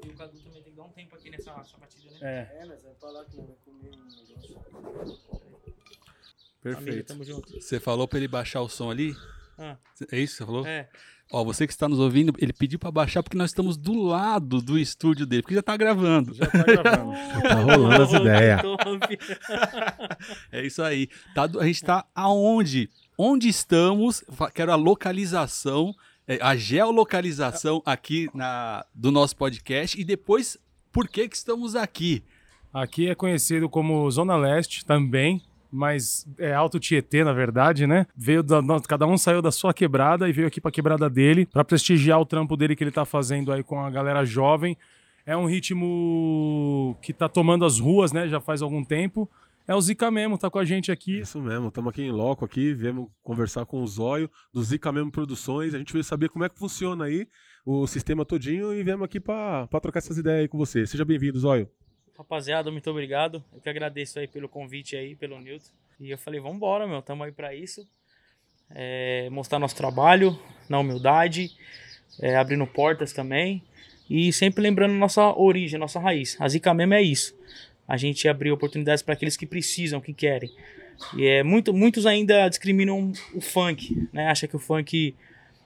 E o Cadu também tem que dar um tempo aqui nessa batida, né? Nós vamos falar que não vai comer um negócio. Perfeito. Tamo junto. Você falou pra ele baixar o som ali? É isso que você falou? É. Ó, você que está nos ouvindo, ele pediu pra baixar porque nós estamos do lado do estúdio dele, porque já tá gravando. Já tá gravando. Tá rolando as ideias. É isso aí. A gente tá aonde? Onde estamos? Quero a localização, a geolocalização aqui do nosso podcast e depois por que estamos aqui. Aqui é conhecido como Zona Leste também, mas é Alto Tietê, na verdade, né? Cada um saiu da sua quebrada e veio aqui pra quebrada dele pra prestigiar o trampo dele que ele tá fazendo aí com a galera jovem. É um ritmo que tá tomando as ruas, né? Já faz algum tempo. É o Zica Mesmo, tá com a gente aqui. Isso mesmo, estamos aqui em loco aqui, viemos conversar com o Zóio do Zica Mesmo Produções. A gente veio saber como é que funciona aí o sistema todinho e viemos aqui pra trocar essas ideias aí com você. Seja bem-vindo, Zóio. Rapaziada, muito obrigado. Eu que agradeço aí pelo convite aí, pelo Nilton. E eu falei, vambora, meu, tamo aí pra isso. Mostrar nosso trabalho, na humildade, abrindo portas também. E sempre lembrando nossa origem, nossa raiz. A Zica Mesmo é isso. A gente abrir oportunidades para aqueles que precisam, que querem. E muitos ainda discriminam o funk, né? Acham que o funk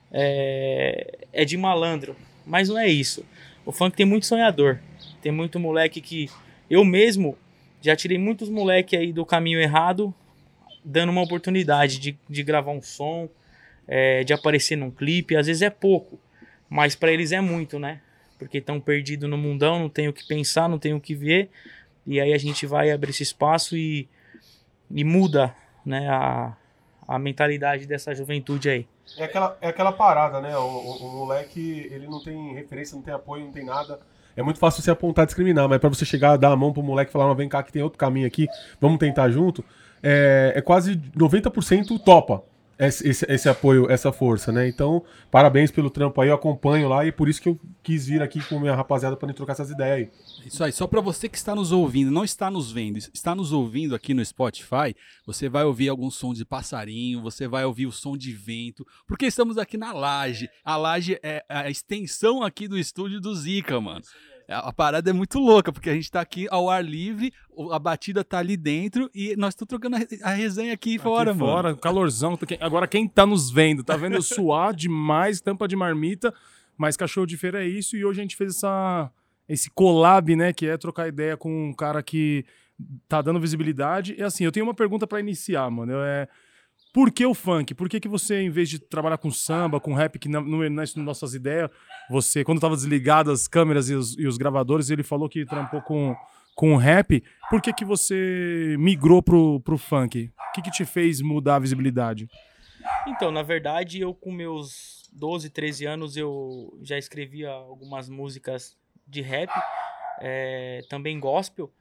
é de malandro. Mas não é isso. O funk tem muito sonhador. Tem muito moleque que... Eu mesmo já tirei muitos moleque aí do caminho errado, dando uma oportunidade de gravar um som, de aparecer num clipe. Às vezes é pouco, mas para eles é muito, né? Porque estão perdidos no mundão, não tem o que pensar, não tem o que ver. E aí a gente vai abrir esse espaço e muda, né, a mentalidade dessa juventude aí. É aquela parada, né? O moleque, ele não tem referência, não tem apoio, não tem nada. É muito fácil você apontar e discriminar, mas pra você chegar, dar a mão pro moleque e falar, vem cá que tem outro caminho aqui, vamos tentar junto, é quase 90% topa esse apoio, essa força, né? Então, parabéns pelo trampo aí, eu acompanho lá e por isso que eu quis vir aqui com a minha rapaziada pra gente trocar essas ideias aí. Isso aí, só para você que está nos ouvindo, não está nos vendo, está nos ouvindo aqui no Spotify, você vai ouvir algum som de passarinho, você vai ouvir o som de vento, porque estamos aqui na laje. A laje é a extensão aqui do estúdio do Zica, mano. A parada é muito louca, porque a gente tá aqui ao ar livre, a batida tá ali dentro e nós estamos trocando a resenha aqui fora, mano. Fora, calorzão. Agora quem tá nos vendo, tá vendo eu suar demais, tampa de marmita, mas cachorro de feira é isso e hoje a gente fez esse collab, né, que é trocar ideia com um cara que tá dando visibilidade. E assim, eu tenho uma pergunta pra iniciar, mano. Por que o funk? Por que você, em vez de trabalhar com samba, com rap, que não é nas nossas ideias, você, quando tava desligado as câmeras e os gravadores, ele falou que trampou com rap, por que você migrou pro funk? O que te fez mudar a visibilidade? Então, na verdade, eu com meus 12, 13 anos, eu já escrevia algumas músicas de rap, também gospel.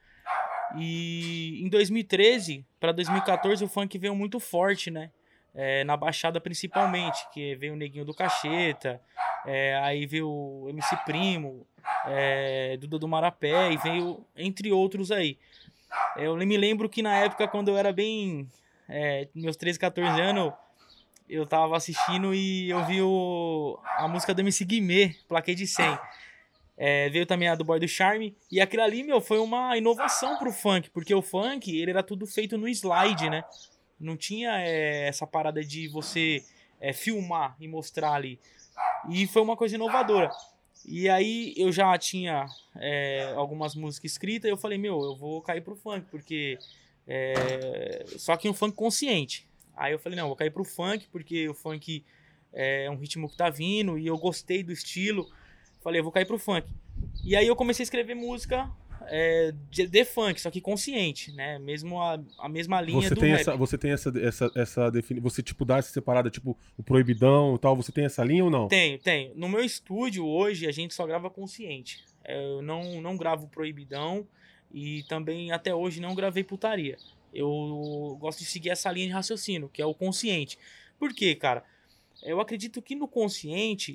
E em 2013 para 2014 o funk veio muito forte, né? Na Baixada principalmente, que veio o Neguinho do Cacheta, aí veio o MC Primo, Duda do Marapé, e veio entre outros aí. Eu me lembro que na época, quando eu era bem... meus 13, 14 anos, eu tava assistindo e eu vi a música do MC Guimê, Plaquê de 100. Veio também a do Boy do Charme. E aquilo ali, meu, foi uma inovação pro funk. Porque o funk, ele era tudo feito no slide, né? Não tinha essa parada de você filmar e mostrar ali. E foi uma coisa inovadora. E aí eu já tinha algumas músicas escritas. E eu falei, meu, eu vou cair pro funk. Porque... só que um funk consciente. Aí eu falei, não, eu vou cair pro funk. Porque o funk é um ritmo que tá vindo. E eu gostei do estilo. Falei, eu vou cair pro funk. E aí eu comecei a escrever música de funk, só que consciente, né? Mesmo a mesma linha do rap. Você tem essa definição, você tipo dá essa separada, tipo o proibidão e tal, você tem essa linha ou não? Tenho. No meu estúdio hoje a gente só grava consciente. Eu não gravo proibidão e também até hoje não gravei putaria. Eu gosto de seguir essa linha de raciocínio, que é o consciente. Por quê, cara? Eu acredito que no consciente...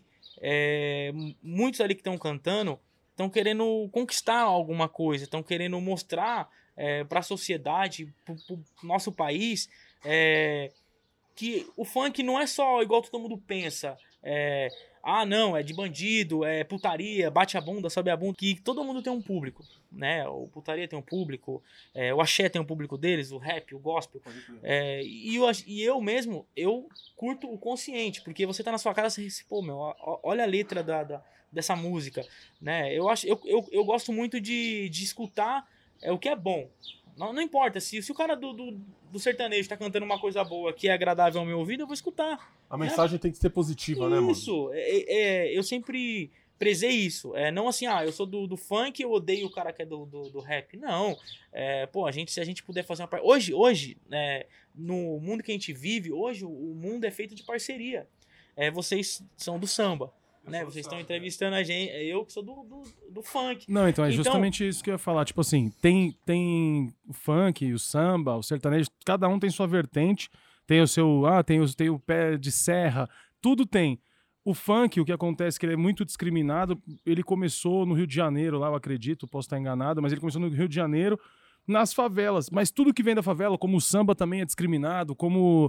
muitos ali que estão cantando estão querendo conquistar alguma coisa, estão querendo mostrar para a sociedade, para o nosso país, que o funk não é só igual todo mundo pensa, ah, não, é de bandido, é putaria, bate a bunda, sobe a bunda, que todo mundo tem um público, né? O putaria tem um público, o axé tem um público deles, o rap, o gospel. E eu mesmo, eu curto o consciente, porque você tá na sua casa e você, pô, meu, olha a letra dessa música, né? Eu gosto muito de escutar o que é bom. Não importa, se o cara do sertanejo tá cantando uma coisa boa que é agradável ao meu ouvido, eu vou escutar. A mensagem tem que ser positiva, né, mano? Isso, eu sempre prezei isso. Não assim, eu sou do funk, eu odeio o cara que é do rap. Não, pô, se a gente puder fazer uma parte... Hoje, no mundo que a gente vive, hoje o mundo é feito de parceria. Vocês são do samba. Né? Vocês estão entrevistando a gente, eu que sou do funk. Não, então é justamente isso que eu ia falar. Tipo assim, tem o funk, o samba, o sertanejo, cada um tem sua vertente, tem o seu, tem o pé de serra, tudo tem. O funk, o que acontece é que ele é muito discriminado, ele começou no Rio de Janeiro, lá eu acredito, posso estar enganado, mas ele começou no Rio de Janeiro, nas favelas. Mas tudo que vem da favela, como o samba também é discriminado, como...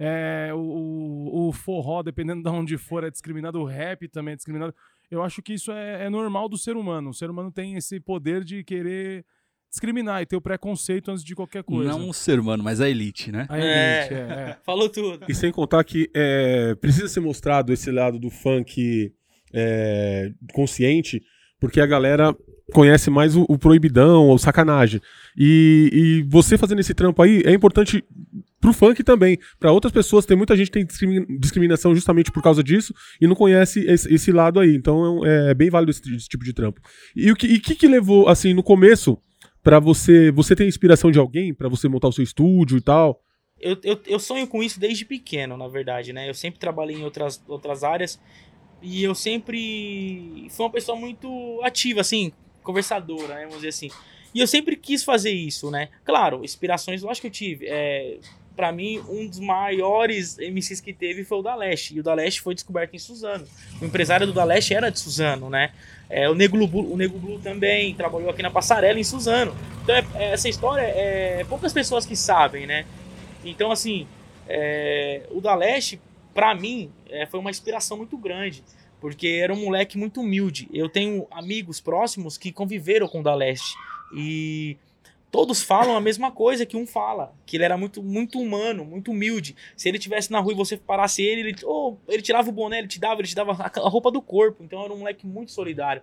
o forró, dependendo de onde for, é discriminado, o rap também é discriminado. Eu acho que isso é normal do ser humano. O ser humano tem esse poder de querer discriminar e ter o preconceito antes de qualquer coisa. Não o ser humano, mas a elite, né? A elite, Falou tudo. E sem contar que precisa ser mostrado esse lado do funk consciente, porque a galera conhece mais o proibidão, o sacanagem. E você fazendo esse trampo aí é importante pro funk também. Pra outras pessoas, tem muita gente que tem discriminação justamente por causa disso e não conhece esse lado aí. Então é bem válido esse tipo de trampo. E o que levou, assim, no começo, pra você ter inspiração de alguém, pra você montar o seu estúdio e tal? Eu sonho com isso desde pequeno, na verdade, né? Eu sempre trabalhei em outras áreas e eu sempre fui uma pessoa muito ativa, assim, conversadora, né? Vamos dizer assim. E eu sempre quis fazer isso, né? Claro, inspirações, eu acho que eu tive. Pra mim, um dos maiores MCs que teve foi o Da Leste. E o Da Leste foi descoberto em Suzano. O empresário do Da Leste era de Suzano, né? O Nego Blue também trabalhou aqui na Passarela, em Suzano. Então, essa história, poucas pessoas que sabem, né? Então, assim, o Da Leste, pra mim, foi uma inspiração muito grande. Porque era um moleque muito humilde. Eu tenho amigos próximos que conviveram com o Da Leste. E... todos falam a mesma coisa que um fala, que ele era muito, muito humano, muito humilde. Se ele estivesse na rua e você parasse ele tirava o boné, ele te dava a roupa do corpo. Então era um moleque muito solidário.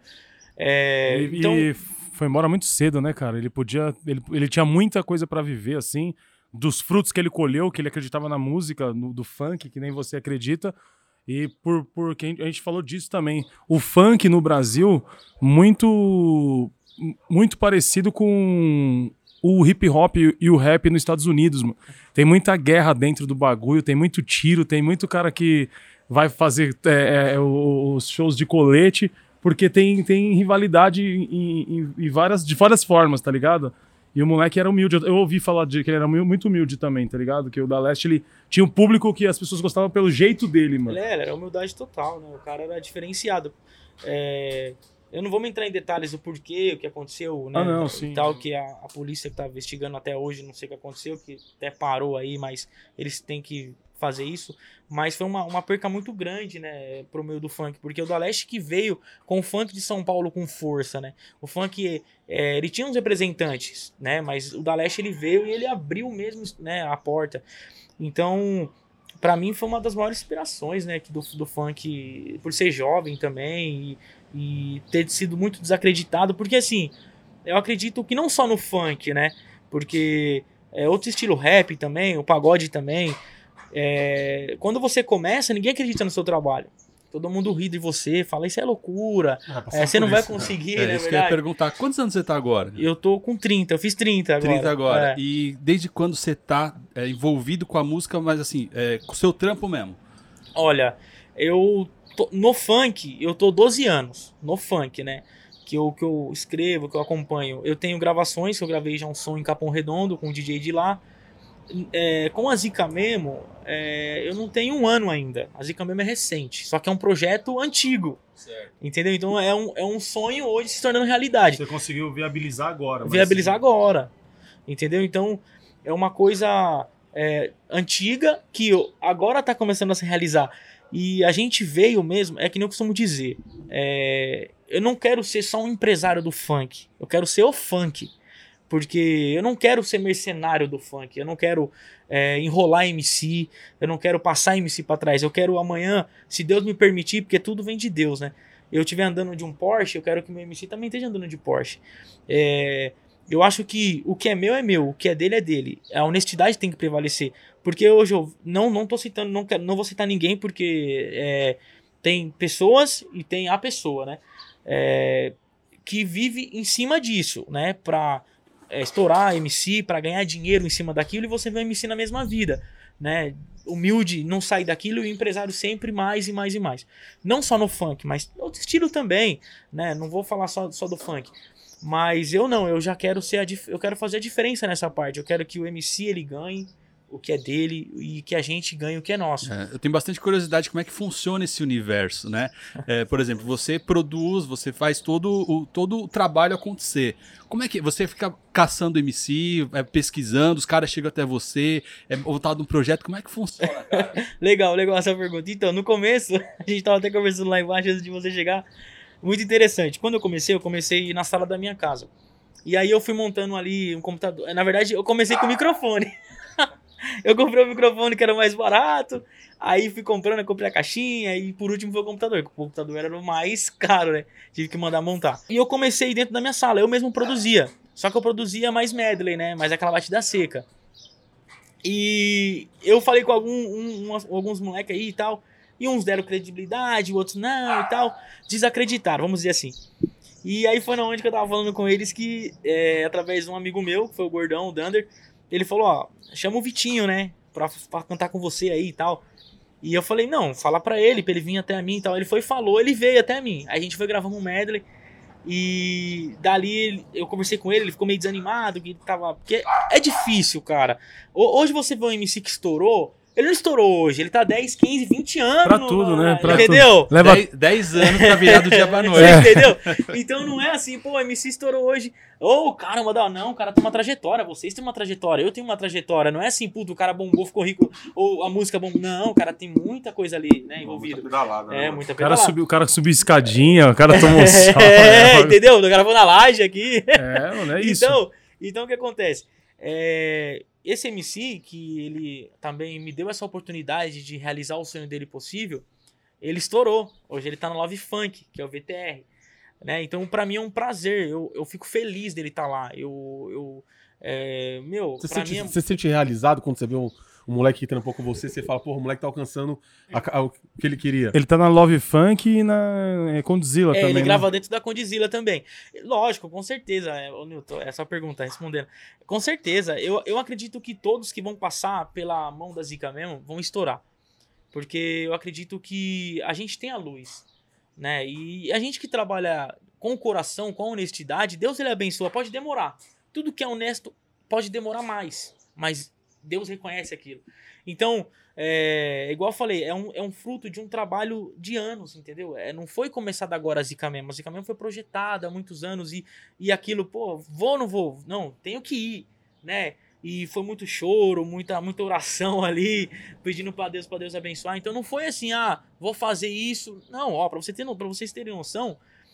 E foi embora muito cedo, né, cara? Ele tinha muita coisa pra viver, assim, dos frutos que ele colheu, que ele acreditava na música, do funk, que nem você acredita. E porque a gente falou disso também. O funk no Brasil, muito parecido com o hip hop e o rap nos Estados Unidos, mano. Tem muita guerra dentro do bagulho, tem muito tiro, tem muito cara que vai fazer os shows de colete, porque tem rivalidade de várias formas, tá ligado? E o moleque era humilde. Eu ouvi falar que ele era muito humilde também, tá ligado? Que o Da Leste, ele tinha um público que as pessoas gostavam pelo jeito dele, mano. Ele era humildade total, né? O cara era diferenciado. Eu não vou me entrar em detalhes do porquê, o que aconteceu, né? Não, sim. Tal, que a polícia que tá investigando até hoje, não sei o que aconteceu, que até parou aí, mas eles têm que fazer isso. Mas foi uma perca muito grande, né, pro meio do funk, porque o Da Leste que veio com o funk de São Paulo com força, né? O funk, ele tinha uns representantes, né? Mas o Da Leste, ele veio e ele abriu mesmo, né, a porta. Então, pra mim, foi uma das maiores inspirações, né, do funk, por ser jovem também e ter sido muito desacreditado, porque assim, eu acredito que não só no funk, né, porque outro estilo rap também, o pagode também, quando você começa, ninguém acredita no seu trabalho. Todo mundo ri de você, fala, isso é loucura, você não vai conseguir, né? Isso que eu ia perguntar. Quantos anos você tá agora? Eu tô com 30, eu fiz 30 agora. 30 agora. E desde quando você tá envolvido com a música, mas assim, com o seu trampo mesmo? Olha, no funk, eu tô 12 anos, no funk, né? Que eu escrevo, que eu acompanho. Eu tenho gravações, que eu gravei já um som em Capão Redondo, com o DJ de lá. Com a Zica Memo, eu não tenho um ano ainda. A Zica Memo é recente, só que é um projeto antigo. Certo. Entendeu? Então é um sonho hoje se tornando realidade. Você conseguiu viabilizar agora. Viabilizar agora. Entendeu? Então é uma coisa antiga que agora tá começando a se realizar. E a gente veio mesmo, é que nem eu costumo dizer, eu não quero ser só um empresário do funk, eu quero ser o funk. Porque eu não quero ser mercenário do funk, eu não quero enrolar MC, eu não quero passar MC pra trás, eu quero amanhã, se Deus me permitir, porque tudo vem de Deus, né? Eu estiver andando de um Porsche, eu quero que meu MC também esteja andando de Porsche. Eu acho que o que é meu, o que é dele. A honestidade tem que prevalecer. Porque hoje eu não tô citando, não vou citar ninguém, porque tem pessoas e tem a pessoa, né? Que vive em cima disso, né? Pra estourar MC, pra ganhar dinheiro em cima daquilo, e você vê o MC na mesma vida, né? Humilde, não sair daquilo, e o empresário sempre mais e mais e mais. Não só no funk, mas outro estilo também, né? Não vou falar só do funk. Mas eu já quero eu quero fazer a diferença nessa parte. Eu quero que o MC ele ganhe o que é dele e que a gente ganhe o que é nosso. Eu tenho bastante curiosidade de como é que funciona esse universo, né? Por exemplo, você produz, você faz todo o trabalho acontecer. Como é que você fica caçando MC, pesquisando, os caras chegam até você, voltado no projeto, como é que funciona, cara? Legal essa pergunta. Então, no começo, a gente tava até conversando lá embaixo antes de você chegar. Muito interessante. Quando eu comecei na sala da minha casa. E aí eu fui montando ali um computador. Na verdade, eu comecei com o microfone. Eu comprei o microfone que era o mais barato, aí fui comprando, eu comprei a caixinha e por último foi o computador, que o computador era o mais caro, né? Tive que mandar montar. E eu comecei dentro da minha sala, eu mesmo produzia. Só que eu produzia mais medley, né? Mais aquela batida seca. E eu falei com alguns moleques aí e tal, e uns deram credibilidade, outros não e tal, desacreditaram, vamos dizer assim. E aí foi na onde que eu tava falando com eles que, através de um amigo meu, que foi o Gordão, o Dunder, ele falou, ó, chama o Vitinho, né, pra cantar com você aí e tal. E eu falei, não, fala pra ele vir até a mim e tal. Ele foi e falou, ele veio até mim. Aí a gente foi gravando um medley. E dali eu conversei com ele ficou meio desanimado, que ele tava... Porque é difícil, cara. Hoje você vê um MC que estourou, ele não estourou hoje, ele tá 10, 15, 20 anos. Pra tudo, né? Pra entendeu? Tudo. Leva 10 anos pra virar do dia pra noite. Entendeu? Então não é assim, pô, o MC estourou hoje. Ô, caramba, não, o cara tem uma trajetória, vocês têm uma trajetória, eu tenho uma trajetória. Não é assim, puto, o cara bombou, ficou rico, ou a música bombou. Não, o cara tem muita coisa ali, né, envolvida. Muita pedalada, né? Muita pedalada. o cara subiu escadinha, o cara tomou sol. Entendeu? O cara foi na laje aqui. Mano, é isso. Então o que acontece? Esse MC, que ele também me deu essa oportunidade de realizar o sonho dele possível, ele estourou. Hoje ele tá no Love Funk, que é o VTR. Né? Então, pra mim é um prazer. Eu fico feliz dele estar lá. Você se sente realizado quando você vê um moleque que trampou com você, você fala, porra, o moleque tá alcançando o que ele queria. Ele tá na Love Funk e na Condzilla também. Ele grava dentro da Condzilla também. Lógico, com certeza, Newton, essa pergunta, respondendo. Com certeza, eu acredito que todos que vão passar pela mão da Zica mesmo vão estourar. Porque eu acredito que a gente tem a luz, né? E a gente que trabalha com o coração, com a honestidade, Deus ele abençoa, pode demorar. Tudo que é honesto pode demorar mais, mas Deus reconhece aquilo. Então, igual eu falei, é um fruto de um trabalho de anos, entendeu? Não foi começado agora a Zica mesmo. A Zica mesmo foi projetada há muitos anos e aquilo, pô, vou ou não vou? Não, tenho que ir, né? E foi muito choro, muita oração ali, pedindo pra Deus abençoar. Então não foi assim, vou fazer isso. Não, ó, pra vocês terem noção,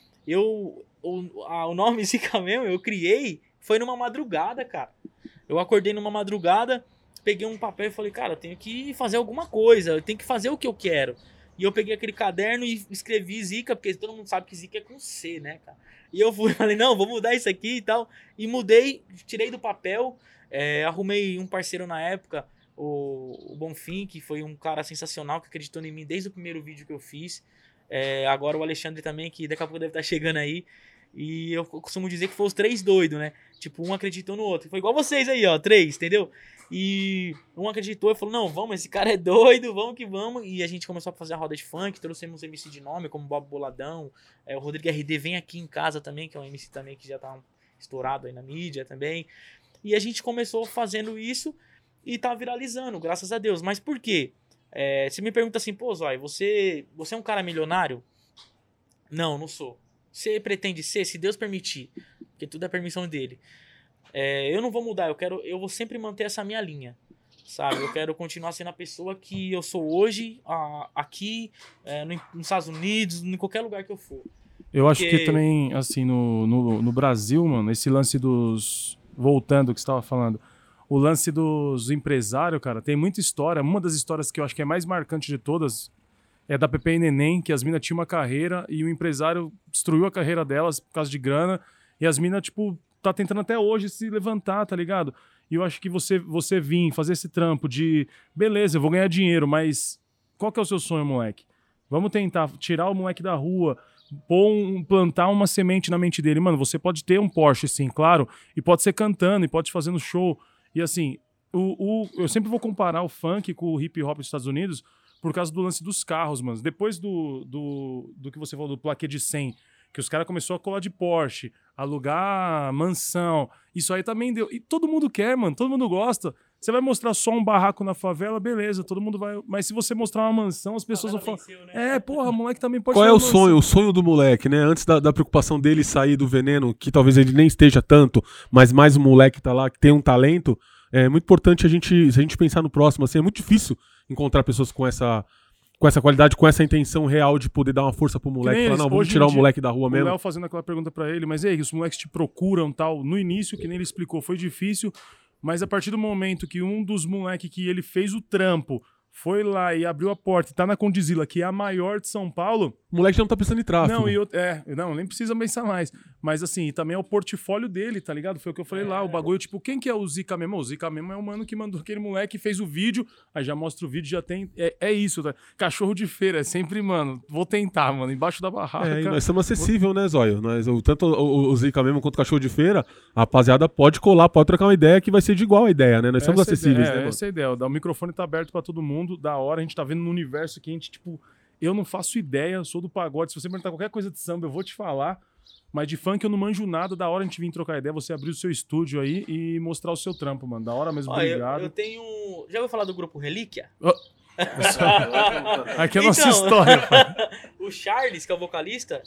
o nome Zica mesmo, eu criei, foi numa madrugada, cara. Eu acordei numa madrugada, peguei um papel e falei, cara, eu tenho que fazer alguma coisa, eu tenho que fazer o que eu quero. E eu peguei aquele caderno e escrevi Zica, porque todo mundo sabe que Zica é com C, né, cara? E eu falei, não, vou mudar isso aqui e tal. E mudei, tirei do papel, arrumei um parceiro na época, o Bonfim, que foi um cara sensacional, que acreditou em mim desde o primeiro vídeo que eu fiz. Agora o Alexandre também, que daqui a pouco deve estar chegando aí. E eu costumo dizer que foi os 3 doidos, né? Tipo, um acreditou no outro. Foi igual vocês aí, ó, 3, entendeu? E um acreditou e falou, não, vamos, esse cara é doido, vamos que vamos. E a gente começou a fazer a roda de funk, trouxemos MC de nome, como Bob Boladão. O Rodrigo RD vem aqui em casa também, que é um MC também que já tá estourado aí na mídia também. E a gente começou fazendo isso e tá viralizando, graças a Deus. Mas por quê? Você me pergunta assim, pô, Zói, você é um cara milionário? Não sou. Você pretende ser, se Deus permitir, porque tudo é permissão dele. Eu não vou mudar, eu vou sempre manter essa minha linha. sabe? Eu quero continuar sendo a pessoa que eu sou hoje, aqui, nos Estados Unidos, em qualquer lugar que eu for. Eu acho Porque- que também, assim, no Brasil, mano, esse lance dos... Voltando ao que você estava falando, o lance dos empresários, cara, tem muita história. Uma das histórias que eu acho que é mais marcante de todas é da Pepe e Neném, que as minas tinham uma carreira e o empresário destruiu a carreira delas por causa de grana. E as minas, tipo, tá tentando até hoje se levantar, tá ligado? E eu acho que você vir fazer esse trampo de, beleza, eu vou ganhar dinheiro, mas qual que é o seu sonho, moleque? Vamos tentar tirar o moleque da rua, plantar uma semente na mente dele. Mano, você pode ter um Porsche, sim, claro, e pode ser cantando, e pode fazendo show. E assim, eu sempre vou comparar o funk com o hip hop dos Estados Unidos por causa do lance dos carros, mano. Depois do que você falou, do plaquê de 100, que os caras começaram a colar de Porsche, alugar mansão, isso aí também deu. E todo mundo quer, mano, todo mundo gosta. Você vai mostrar só um barraco na favela, beleza, todo mundo vai. Mas se você mostrar uma mansão, as pessoas vão falar. Porra, moleque também pode Qual ter é uma o sonho? mansão. O sonho do moleque, né? Antes da preocupação dele sair do veneno, que talvez ele nem esteja tanto, mas mais um moleque tá lá que tem um talento, é muito importante se a gente pensar no próximo. Assim, é muito difícil encontrar pessoas com essa qualidade, com essa intenção real de poder dar uma força pro moleque. nem Falar, eles, não, vamos hoje em tirar o dia, moleque da rua O mesmo. Léo fazendo aquela pergunta pra ele, mas e aí, os moleques te procuram tal? No início, que nem ele explicou, foi difícil, mas a partir do momento que um dos moleques que ele fez o trampo foi lá e abriu a porta e tá na Condizila, que é a maior de São Paulo. O moleque já não tá pensando em tráfico. Não, nem precisa pensar mais. Mas assim, também é o portfólio dele, tá ligado? Foi o que eu falei lá, o bagulho, tipo, quem que é o Zica Memo? O Zica Memo é o mano que mandou aquele moleque, fez o vídeo, aí já mostra o vídeo, já tem. É isso, tá? Cachorro de feira, é sempre, mano, vou tentar, mano, embaixo da barraca. E nós somos acessíveis, né, Zóio? Tanto o Zica mesmo quanto o cachorro de feira, a rapaziada pode colar, pode trocar uma ideia que vai ser de igual a ideia, né? Nós somos acessíveis, né, mano? Essa é a ideia. O microfone tá aberto pra todo mundo, da hora, a gente tá vendo no universo que a gente, tipo, eu não faço ideia, sou do pagode, se você perguntar qualquer coisa de samba, eu vou te falar, mas de funk eu não manjo nada, da hora a gente vir trocar ideia, você abrir o seu estúdio aí e mostrar o seu trampo, mano, da hora mesmo, obrigado. Eu tenho... Já ouviu falar do grupo Relíquia? Aqui é a nossa história, pai. O Charles, que é o vocalista,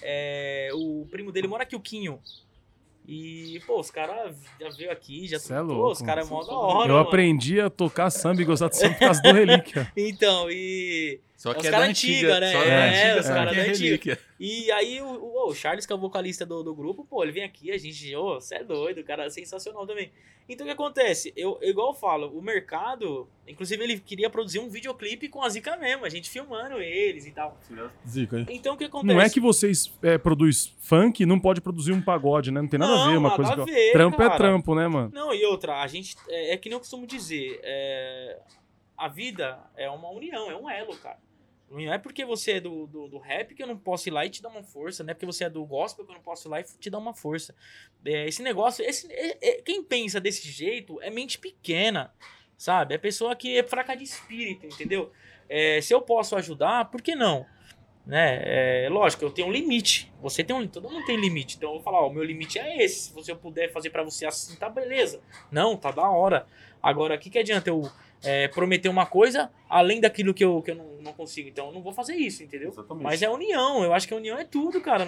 o primo dele mora aqui, o Quinho. E, pô, os caras já veio aqui, já Cê é tocou, louco. os caras é mó da hora, Eu mano. aprendi a tocar samba e gostar de samba por causa do Relíquia. Então, e... Só que Os é cara da antiga, antiga, né? Só É, da antiga, os só cara que da é antiga. relíquia. E aí o Charles, que é o vocalista do grupo, pô, ele vem aqui, a gente, você é doido, o cara é sensacional também. Então o que acontece? Igual eu falo, o mercado, inclusive ele queria produzir um videoclipe com a Zica mesmo, a gente filmando eles e tal. Zica, hein? Então o que acontece? Não é que vocês produzem funk, não pode produzir um pagode, né? Não tem nada a ver uma nada coisa a que... ver, Trampo cara. é trampo, né, mano? Não, e outra, a gente, é que nem eu costumo dizer, a vida é uma união, é um elo, cara. Não é porque você é do rap que eu não posso ir lá e te dar uma força. Não é porque você é do gospel que eu não posso ir lá e te dar uma força. Esse negócio... Quem pensa desse jeito é mente pequena, sabe? É pessoa que é fraca de espírito, entendeu? Se eu posso ajudar, por que não? Né? Lógico, eu tenho um limite. Todo mundo tem limite. Então eu vou falar, o meu limite é esse. Se você puder fazer pra você assim, tá beleza. Não, tá da hora. Agora, o que adianta eu... prometer uma coisa além daquilo que eu não consigo. Então eu não vou fazer isso, entendeu? Exatamente. Mas é união. Eu acho que a união é tudo, cara.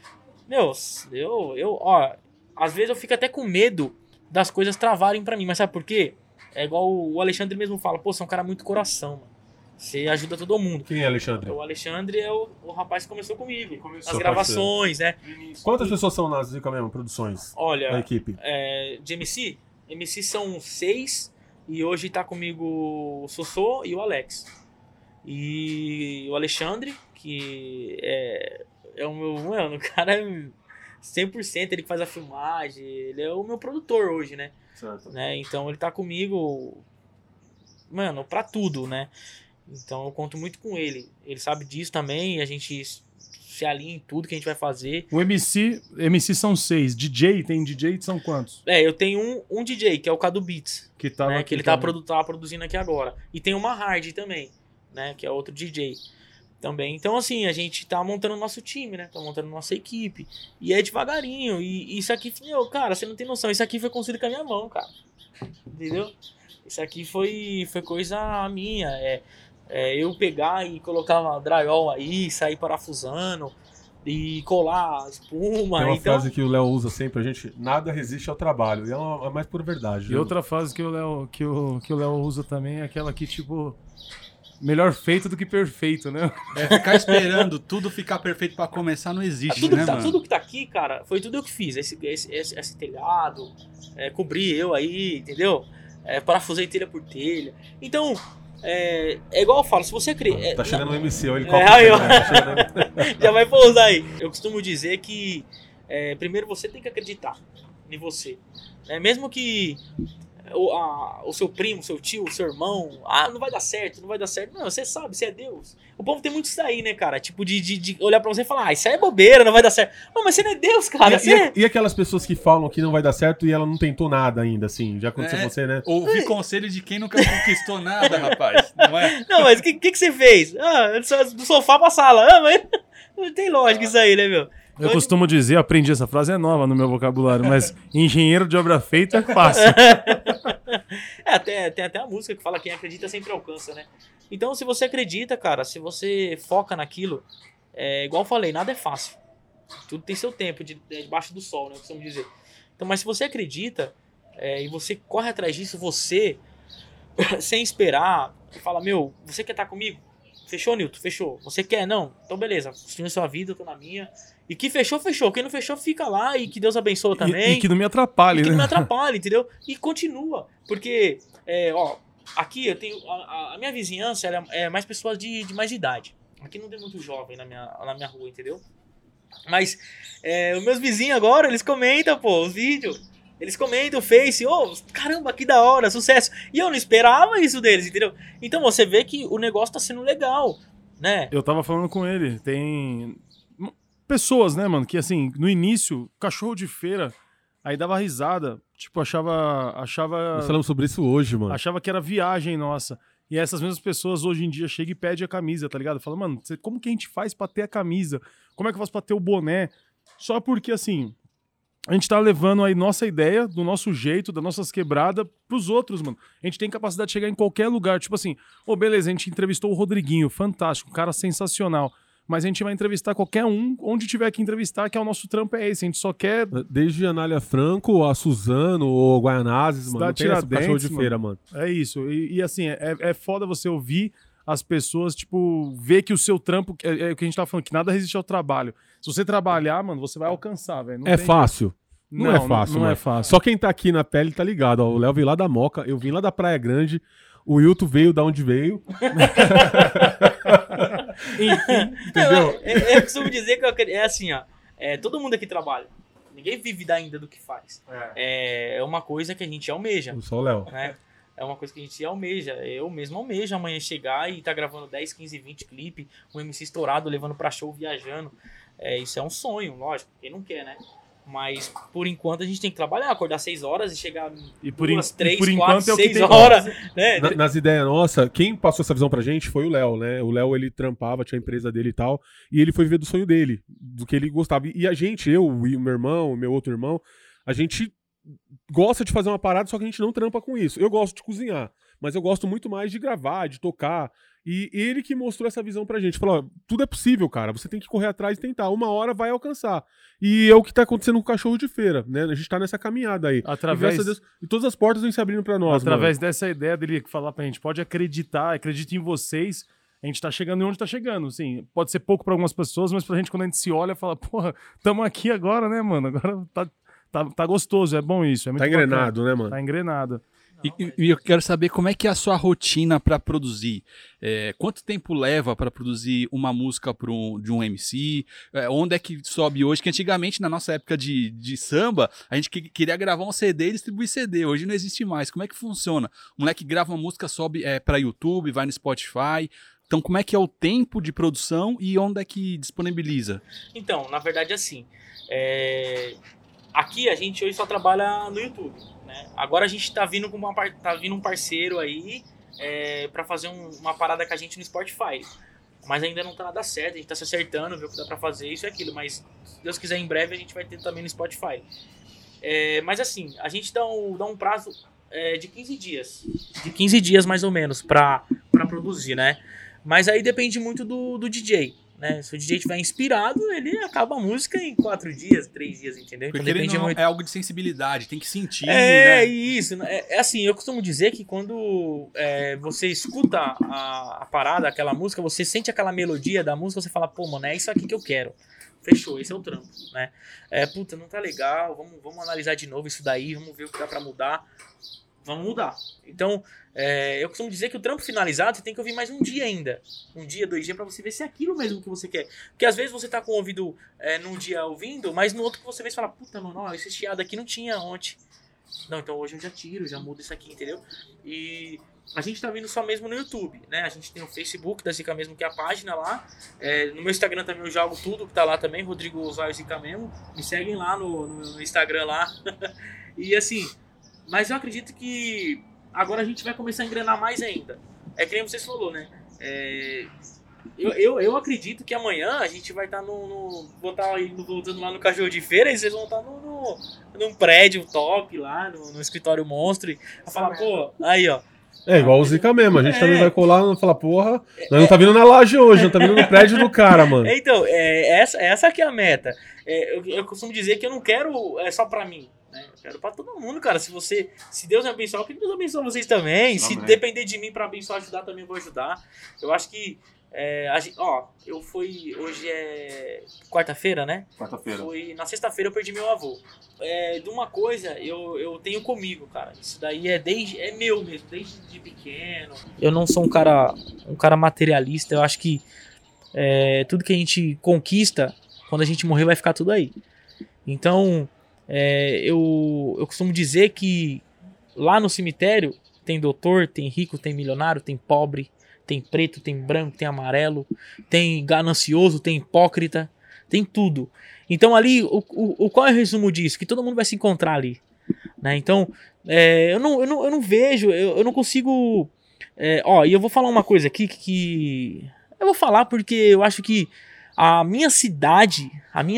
Às vezes eu fico até com medo das coisas travarem pra mim. Mas sabe por quê? É igual o Alexandre mesmo fala. Pô, você é um cara muito coração, mano. Você ajuda todo mundo. Quem é Alexandre? O Alexandre é o rapaz que começou comigo. Começou, As gravações, né? Quantas pessoas são nas Zica mesmo, produções? Na Olha, equipe? de MC são 6. E hoje tá comigo o Sossô e o Alex. E o Alexandre, que é o meu... Mano, o cara é 100%, ele que faz a filmagem. Ele é o meu produtor hoje, né? Certo. Então ele tá comigo, mano, pra tudo, né? Então eu conto muito com ele. Ele sabe disso também e a gente se alinha em tudo que a gente vai fazer. O MC são 6. DJ, tem DJ, são quantos? Eu tenho um DJ, que é o Cadu Beats. Que tava Né, aqui que ele também. tá produzindo aqui agora. E tem uma Hard também, né? Que é outro DJ também. Então, assim, a gente tá montando o nosso time, né? Tá montando nossa equipe. E é devagarinho. E isso aqui, cara, você não tem noção. Isso aqui foi construído com a minha mão, cara. Entendeu? Isso aqui foi coisa minha. Eu pegar e colocar uma drywall aí, sair parafusando. e colar espuma. Tem uma então, frase que o Léo usa sempre, a gente, nada resiste ao trabalho. E é a mais pura verdade. E outra frase que o Léo usa também é aquela que, tipo, melhor feito do que perfeito, né? Ficar esperando tudo ficar perfeito pra começar não existe, tudo, né, que tá, mano? tudo que tá aqui, cara, foi tudo eu que fiz. Esse telhado, cobri eu aí, entendeu? Parafusei telha por telha. Então, é igual eu falo, se você acredita... Tá chegando o MC, ó, ele aí, ó. tá chegando... Já vai pousar aí. Eu costumo dizer que primeiro você tem que acreditar em você. Mesmo que o seu primo, seu tio, o seu irmão, não vai dar certo, não vai dar certo. Não, você sabe, você é Deus. O povo tem muito isso aí, né, cara? Tipo, de olhar pra você e falar, isso aí é bobeira, não vai dar certo. Não, mas você não é Deus, cara. E aquelas pessoas que falam que não vai dar certo e ela não tentou nada ainda, assim? Já aconteceu com você, né? Ouvir conselho de quem nunca conquistou nada, rapaz. Não é? Não, mas o que você fez? Do sofá pra sala. Mas não tem lógica isso aí, né, meu? Eu costumo dizer, aprendi essa frase, é nova no meu vocabulário, mas engenheiro de obra feita é fácil. Tem até a música que fala quem acredita sempre alcança, né? Então, se você acredita, cara, se você foca naquilo, igual eu falei, nada é fácil. Tudo tem seu tempo, debaixo do sol, né? Costumo dizer. Então, mas se você acredita e você corre atrás disso, você, sem esperar, fala, meu, você quer estar comigo? Fechou, Nilton? Fechou. Você quer? Não? Então, beleza. Continue a sua vida, eu tô na minha. E que fechou, fechou. Quem não fechou, fica lá. E que Deus abençoe também. E que não me atrapalhe, que né? não me atrapalhe, entendeu? E continua. Porque, aqui eu tenho... A minha vizinhança ela é mais pessoas de mais idade. Aqui não tem muito jovem na minha rua, entendeu? Mas os meus vizinhos agora, eles comentam, pô, os vídeos. Eles comentam o Face, caramba, que da hora, sucesso. E eu não esperava isso deles, entendeu? Então você vê que o negócio tá sendo legal, né? Eu tava falando com ele, tem pessoas, né, mano, que assim, no início, cachorro de feira, aí dava risada, tipo, achava... Nós falamos sobre isso hoje, mano. Achava que era viagem nossa. E essas mesmas pessoas hoje em dia chegam e pedem a camisa, tá ligado? Fala, mano, como que a gente faz pra ter a camisa? Como é que eu faço pra ter o boné? Só porque, assim... A gente tá levando aí nossa ideia, do nosso jeito, das nossas quebradas pros outros, mano. A gente tem capacidade de chegar em qualquer lugar. Tipo assim, beleza, a gente entrevistou o Rodriguinho, fantástico, um cara sensacional. Mas a gente vai entrevistar qualquer um, onde tiver que entrevistar, que é o nosso trampo é esse. A gente só quer... Desde a Anália Franco, a Suzano, ou Guaianazes, mano. Não tem essa cachorro de feira, mano. É isso. E assim, é foda você ouvir as pessoas, tipo, ver que o seu trampo... É o que a gente tá falando, que nada resiste ao trabalho. Se você trabalhar, mano, você vai alcançar, velho. É fácil? Não é fácil, não mano. é fácil. Só quem tá aqui na pele tá ligado, ó. O Léo veio lá da Moca, eu vim lá da Praia Grande, o Wilton veio da onde veio. Entendeu? Eu costumo dizer que é assim, ó. Todo mundo aqui trabalha. Ninguém vive ainda do que faz. É uma coisa que a gente almeja. Só o Léo. Né? É uma coisa que a gente almeja. Eu mesmo almejo amanhã chegar e tá gravando 10, 15, 20 clipes, um MC estourado, levando pra show, viajando. Isso é um sonho, lógico. Quem não quer, né? Mas, por enquanto, a gente tem que trabalhar, acordar 6 horas e chegar duas, 3, 4, 6 horas. Né? Nas ideias nossas, quem passou essa visão pra gente foi o Léo, né? O Léo, ele trampava, tinha a empresa dele e tal, e ele foi viver do sonho dele, do que ele gostava. E a gente, eu e o meu irmão, o meu outro irmão, a gente gosta de fazer uma parada, só que a gente não trampa com isso. Eu gosto de cozinhar, mas eu gosto muito mais de gravar, de tocar. E ele que mostrou essa visão pra gente. Falou, tudo é possível, cara. Você tem que correr atrás e tentar. Uma hora vai alcançar. E é o que tá acontecendo com o cachorro de feira, né? A gente tá nessa caminhada aí. E todas as portas vêm se abrindo pra nós, através dessa ideia dele falar pra gente, pode acreditar, acredite em vocês. A gente tá chegando onde tá chegando, assim. Pode ser pouco pra algumas pessoas, mas pra gente, quando a gente se olha, fala, porra, tamo aqui agora, né, mano? Agora tá gostoso, é bom isso. É muito tá engrenado, bacana. né, mano? Tá engrenado. E eu quero saber como é que é a sua rotina para produzir. Quanto tempo leva para produzir uma música de um MC? Onde é que sobe hoje? Que antigamente, na nossa época de samba, a gente queria gravar um CD e distribuir CD. Hoje não existe mais. Como é que funciona? O moleque grava uma música, sobe para YouTube, vai no Spotify. Então, como é que é o tempo de produção e onde é que disponibiliza? Então, na verdade, assim... Aqui a gente hoje só trabalha no YouTube, né? Agora a gente tá vindo um parceiro aí pra fazer uma parada com a gente no Spotify. Mas ainda não tá nada certo, a gente tá se acertando, ver o que dá pra fazer, isso e aquilo. Mas se Deus quiser, em breve a gente vai ter também no Spotify. Mas assim, a gente dá um prazo de 15 dias. De 15 dias mais ou menos pra produzir, né? Mas aí depende muito do DJ. né? Se o DJ estiver inspirado, ele acaba a música em 4 dias, 3 dias, entendeu? Porque Então ele depende não muito. é algo de sensibilidade, tem que sentir, É né? isso. É assim, eu costumo dizer que quando você escuta a parada, aquela música, você sente aquela melodia da música, você fala, pô, mano, é isso aqui que eu quero. Fechou, esse é o trampo, né? Puta, não tá legal, vamos analisar de novo isso daí, vamos ver o que dá pra mudar. Vamos mudar. Então, eu costumo dizer que o trampo finalizado, você tem que ouvir mais um dia ainda. 1 dia, 2 dias, pra você ver se é aquilo mesmo que você quer. Porque às vezes você tá com o ouvido num dia ouvindo, mas no outro que você vê, você fala, puta, mano, ó, esse chiado aqui não tinha ontem. Não, então hoje eu já tiro, já mudo isso aqui, entendeu? E a gente tá vindo só mesmo no YouTube, né? A gente tem o Facebook da Zica Mesmo, que é a página lá. No meu Instagram também eu jogo tudo que tá lá também, Rodrigo Osório Zica Mesmo. Me seguem lá no Instagram lá. E assim, mas eu acredito que agora a gente vai começar a engrenar mais ainda. É que nem vocês falou, né? Eu acredito que amanhã a gente vai estar vou estar voltando lá no Cachorro de Feira e vocês vão estar num prédio top lá, no escritório monstro. E vai falar, pô, aí ó. É igual o Zica mesmo, a gente também vai colar e falar, porra, nós não tá vindo na laje hoje, não tá vindo no prédio do cara, mano. Então, essa que é a meta. Eu costumo dizer que eu não quero só pra mim, né? Eu quero pra todo mundo, cara. Se Deus me abençoar, que Deus abençoe vocês também. Se depender de mim pra abençoar, ajudar, também vou ajudar. Eu acho que hoje é quarta-feira, né? Quarta-feira. Na sexta-feira eu perdi meu avô. De uma coisa eu tenho comigo, cara. Isso daí é meu mesmo, desde pequeno. Eu não sou um cara materialista. Eu acho que tudo que a gente conquista, quando a gente morrer, vai ficar tudo aí. Então, eu costumo dizer que lá no cemitério tem doutor, tem rico, tem milionário, tem pobre, tem preto, tem branco, tem amarelo, tem ganancioso, tem hipócrita, tem tudo. Então ali, qual é o resumo disso? Que todo mundo vai se encontrar ali, né? Então, eu não vejo, eu não consigo... e eu vou falar uma coisa aqui que... Eu vou falar porque eu acho que a minha cidade,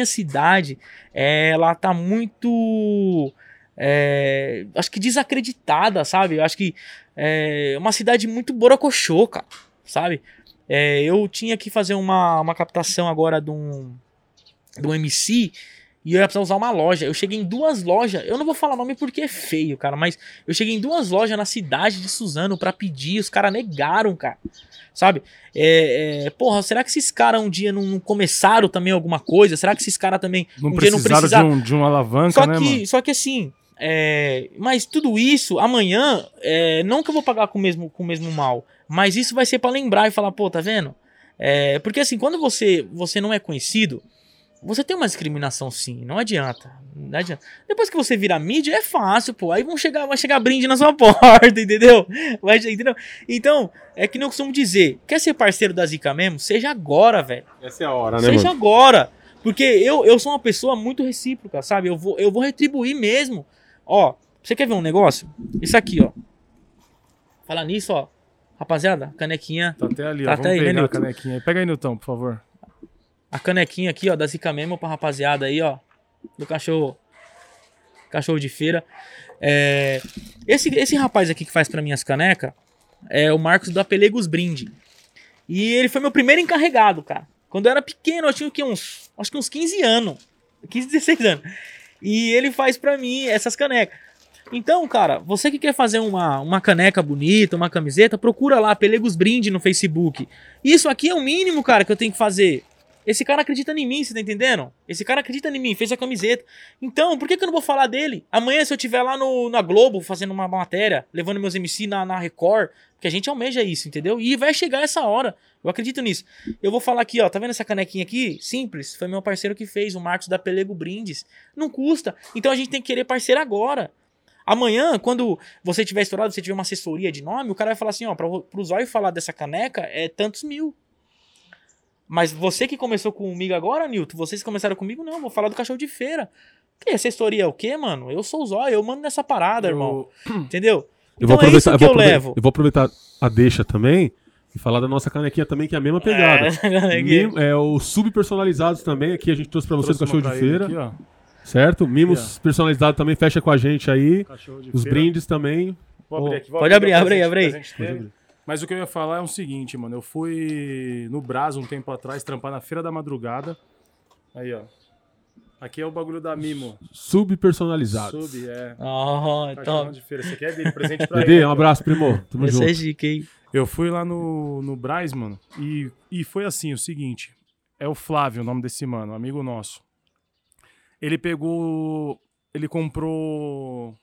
ela tá muito... acho que desacreditada, sabe? Eu acho que é uma cidade muito borocochô, cara, sabe? Eu tinha que fazer uma captação agora de um MC e eu ia precisar usar uma loja. Eu cheguei em 2 lojas, eu não vou falar nome porque é feio, cara, mas eu cheguei em 2 lojas na cidade de Suzano pra pedir, os caras negaram, cara, sabe? Porra, será que esses caras um dia não começaram também alguma coisa? Será que esses caras também um dia não precisaram de uma alavanca, né, mano? Só que assim... mas tudo isso, amanhã, não que eu vou pagar com o mesmo mal, mas isso vai ser pra lembrar e falar, pô, tá vendo? Porque assim, quando você não é conhecido, você tem uma discriminação sim, não adianta. Depois que você vira mídia, é fácil, pô, aí vai chegar brinde na sua porta, entendeu? Entendeu? Então, é que não costumo dizer, quer ser parceiro da Zica mesmo? Seja agora, velho. Essa é a hora, né, Seja mano? agora. Porque eu sou uma pessoa muito recíproca, sabe? Eu vou retribuir mesmo. Ó, você quer ver um negócio? Isso aqui, ó. Falar nisso, ó. Rapaziada, canequinha. Tá até ali, Tá ó. até Vamos aí, né, pegar a Nilton? canequinha aí. Pega aí, Nilton, por favor. A canequinha aqui, ó, da Zica Mesmo pra rapaziada aí, ó. Do cachorro de feira. Esse rapaz aqui que faz pra mim as canecas é o Marcos da Pelegos Brinde. E ele foi meu primeiro encarregado, cara. Quando eu era pequeno, eu tinha o quê? Acho que uns 15 anos. 15, 16 anos. E ele faz pra mim essas canecas. Então, cara, você que quer fazer uma caneca bonita, uma camiseta, procura lá, Pelegos Brinde no Facebook. Isso aqui é o mínimo, cara, que eu tenho que fazer. Esse cara acredita em mim, você tá entendendo? Esse cara acredita em mim, fez a camiseta. Então, por que eu não vou falar dele? Amanhã, se eu estiver lá na Globo, fazendo uma matéria, levando meus MC na Record, porque a gente almeja isso, entendeu? E vai chegar essa hora. Eu acredito nisso. Eu vou falar aqui, ó, tá vendo essa canequinha aqui? Simples, foi meu parceiro que fez, o Marcos da Pelego Brindes. Não custa. Então a gente tem que querer parceiro agora. Amanhã, quando você tiver estourado, você tiver uma assessoria de nome, o cara vai falar assim, ó, pro Zóio falar dessa caneca é tantos mil. Mas você que começou comigo agora, Nilton, vocês começaram comigo, não, vou falar do cachorro de feira. Que assessoria é o quê, mano? Eu sou o Zóio, eu mando nessa parada, irmão. Entendeu? Então é isso que eu levo. Eu vou aproveitar a deixa também e falar da nossa canequinha também, que é a mesma pegada. Os subpersonalizados também, aqui a gente trouxe pra você do cachorro de feira. Aqui, ó. Certo? Mimos personalizados também, fecha com a gente aí. Os brindes também. Vou abrir aqui. Pode abrir, abre aí. Mas o que eu ia falar é o seguinte, mano. Eu fui no Brás um tempo atrás, trampar na Feira da Madrugada. Aí, ó. Aqui é o bagulho da Mimo. Subpersonalizados. Sub, é. Então. Cachorro de feira. Você quer dele? Presente pra Bebê, ele. um abraço, primo. Tamo Essa junto. é dica, hein? Eu fui lá no Brás, mano, e foi assim, o seguinte. É o Flávio, o nome desse mano, um amigo nosso. Ele comprou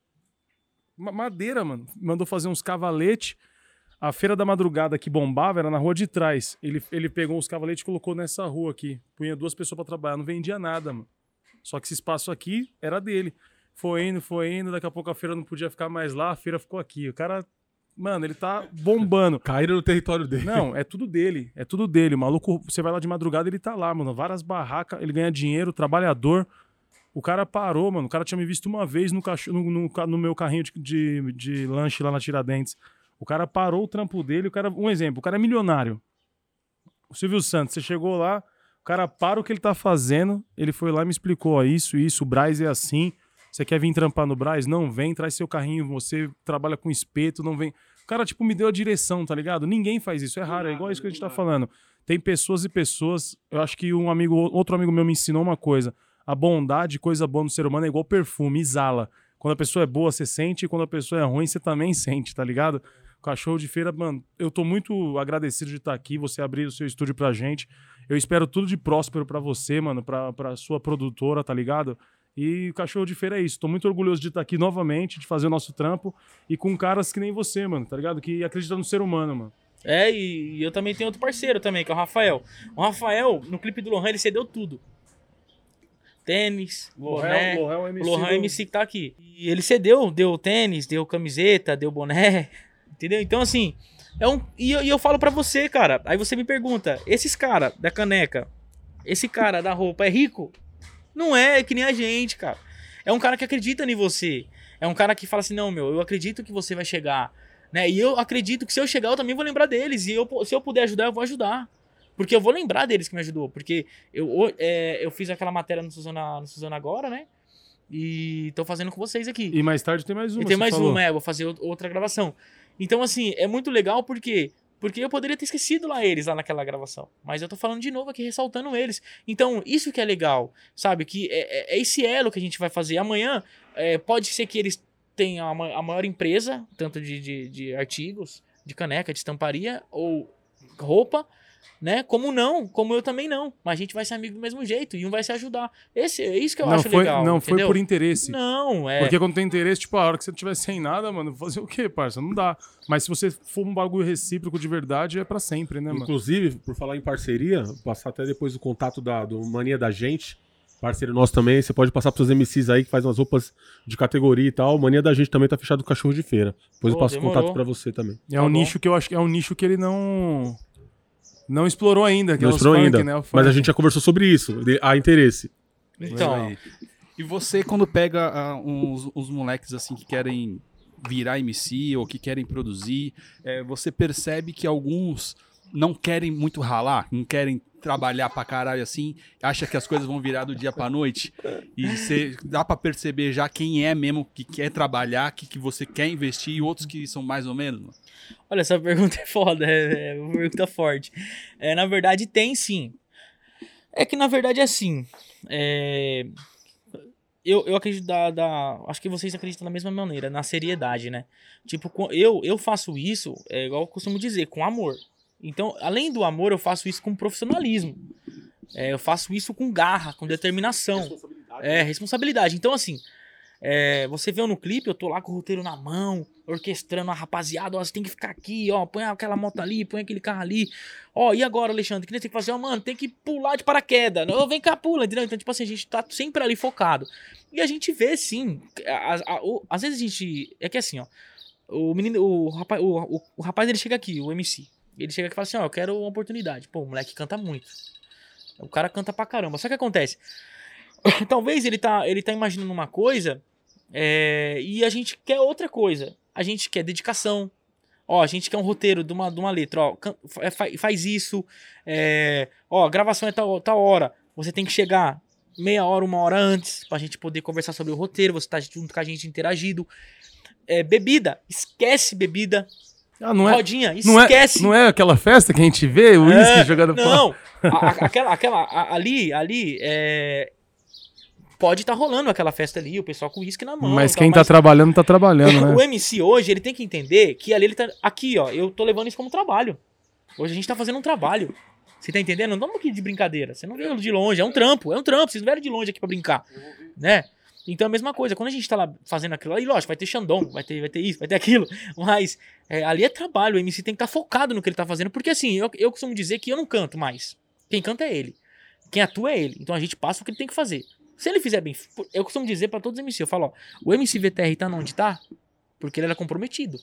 madeira, mano. Mandou fazer uns cavaletes. A Feira da Madrugada que bombava era na rua de trás. Ele pegou os cavaletes e colocou nessa rua aqui. Punha 2 pessoas pra trabalhar. Não vendia nada, mano. Só que esse espaço aqui era dele. Foi indo. Daqui a pouco a feira não podia ficar mais lá. A feira ficou aqui. O cara, mano, ele tá bombando. Caíram no território dele. Não, é tudo dele. É tudo dele. O maluco, você vai lá de madrugada, ele tá lá, mano. Várias barracas, ele ganha dinheiro, trabalhador. O cara parou, mano. O cara tinha me visto uma vez no meu carrinho de lanche lá na Tiradentes. O cara parou o trampo dele. Um exemplo, o cara é milionário. O Silvio Santos, você chegou lá, o cara para o que ele tá fazendo. Ele foi lá e me explicou, ó, isso. O Brás é assim. Você quer vir trampar no Brás? Não, vem, traz seu carrinho. Você trabalha com espeto, não vem. O cara, tipo, me deu a direção, tá ligado? Ninguém faz isso, é raro, é igual isso que a gente tá falando. Tem pessoas e pessoas. Eu acho que outro amigo meu me ensinou uma coisa. A bondade, coisa boa no ser humano é igual perfume, exala. Quando a pessoa é boa, você sente, e quando a pessoa é ruim, você também sente, tá ligado? Cachorro de Feira, mano, eu tô muito agradecido de estar aqui, você abrir o seu estúdio pra gente. Eu espero tudo de próspero pra você, mano, pra sua produtora, tá ligado? E o Cachorro de Feira é isso. Tô muito orgulhoso de estar aqui novamente, de fazer o nosso trampo e com caras que nem você, mano, tá ligado? Que acreditam no ser humano, mano. E eu também tenho outro parceiro também, que é o Rafael. O Rafael, no clipe do Lohan, ele cedeu tudo. Tênis, boné. O Lohan MC que tá aqui. E ele cedeu, deu tênis, deu camiseta, deu boné. Entendeu? Então, assim, e eu falo pra você, cara. Aí você me pergunta, esses caras da caneca, esse cara da roupa é rico? Não é que nem a gente, cara. É um cara que acredita em você. É um cara que fala assim, não, meu, eu acredito que você vai chegar. Né? E eu acredito que se eu chegar, eu também vou lembrar deles. E se eu puder ajudar, eu vou ajudar. Porque eu vou lembrar deles que me ajudou. Porque eu fiz aquela matéria no Suzano agora, né? E tô fazendo com vocês aqui. E mais tarde tem mais uma. E tem mais falou. uma, vou fazer outra gravação. Então, assim, é muito legal porque eu poderia ter esquecido eles lá naquela gravação. Mas eu tô falando de novo aqui, ressaltando eles. Então, isso que é legal, sabe? Que é esse elo que a gente vai fazer. Amanhã, pode ser que eles tenham a maior empresa, tanto de artigos, de caneca, de estamparia ou roupa, né? Como eu também não. Mas a gente vai ser amigo do mesmo jeito e um vai se ajudar. É isso que eu acho legal. Não entendeu? foi por interesse. Não, Porque quando tem interesse, tipo, a hora que você estiver sem nada, mano, fazer o quê, parça? Não dá. Mas se você for um bagulho recíproco de verdade, é pra sempre, né, mano? Inclusive, por falar em parceria, vou passar até depois o contato do Mania da Gente, parceiro nosso também. Você pode passar pros seus MCs aí que faz umas roupas de categoria e tal. Mania da Gente também tá fechado com Cachorro de Feira. Depois eu passo o contato pra você também. É um nicho que eu acho que é um nicho que ele não explorou ainda, que Não é os explorou funk, ainda, né? O funk. mas a gente já conversou sobre isso. Há interesse. Então, E você, quando pega uns moleques assim que querem virar MC ou que querem produzir, você percebe que alguns não querem muito ralar, não querem trabalhar pra caralho assim, acha que as coisas vão virar do dia pra noite. E dá pra perceber já quem é mesmo que quer trabalhar, que você quer investir e outros que são mais ou menos. Mano. Olha, essa pergunta é foda, é uma pergunta forte. Na verdade, tem sim. É que na verdade é assim. Eu acredito acho que vocês acreditam da mesma maneira, na seriedade, né? Tipo, eu faço isso, igual eu costumo dizer, com amor. Então, além do amor, eu faço isso com profissionalismo. Eu faço isso com garra, com determinação. Responsabilidade. Responsabilidade. Então, assim, você vê no clipe, eu tô lá com o roteiro na mão, orquestrando a rapaziada, ó, você tem que ficar aqui, ó, põe aquela moto ali, põe aquele carro ali. Ó, e agora, Alexandre, que nem tem que fazer? Ó, mano, tem que pular de paraquedas. Não, vem cá, pula, entendeu? Então, tipo assim, a gente tá sempre ali focado. E a gente vê, sim, às vezes a gente... É que assim, ó, o rapaz, ele chega aqui, o MC. Ele chega aqui e fala assim, ó, eu quero uma oportunidade. Pô, o moleque canta muito. O cara canta pra caramba. Só que acontece, talvez ele tá imaginando uma coisa e a gente quer outra coisa. A gente quer dedicação. Ó, a gente quer um roteiro de uma letra. Ó, faz isso. Ó, a gravação é tal hora. Você tem que chegar meia hora, 1 hora antes pra gente poder conversar sobre o roteiro. Você tá junto com a gente interagido. Bebida. Esquece bebida. Ah, não é, Rodinha, esquece. Não é aquela festa que a gente vê, o uísque jogando fora? Não, ali, pode estar rolando aquela festa ali, o pessoal com uísque na mão. Mas então, quem tá trabalhando, tá trabalhando, né? O MC hoje, ele tem que entender que ali ele tá... Aqui, ó, eu tô levando isso como trabalho. Hoje a gente tá fazendo um trabalho. Você tá entendendo? Não estamos aqui de brincadeira. Você não veio de longe, é um trampo. Vocês não vieram de longe aqui pra brincar, né? Então é a mesma coisa. Quando a gente tá lá fazendo aquilo ali, lógico, vai ter Xandão, vai ter isso, vai ter aquilo. Mas ali é trabalho, o MC tem que estar focado no que ele tá fazendo. Porque assim, eu costumo dizer que eu não canto mais. Quem canta é ele. Quem atua é ele. Então a gente passa o que ele tem que fazer. Se ele fizer bem... Eu costumo dizer pra todos os MC, eu falo, ó, o MC VTR tá onde tá porque ele era comprometido.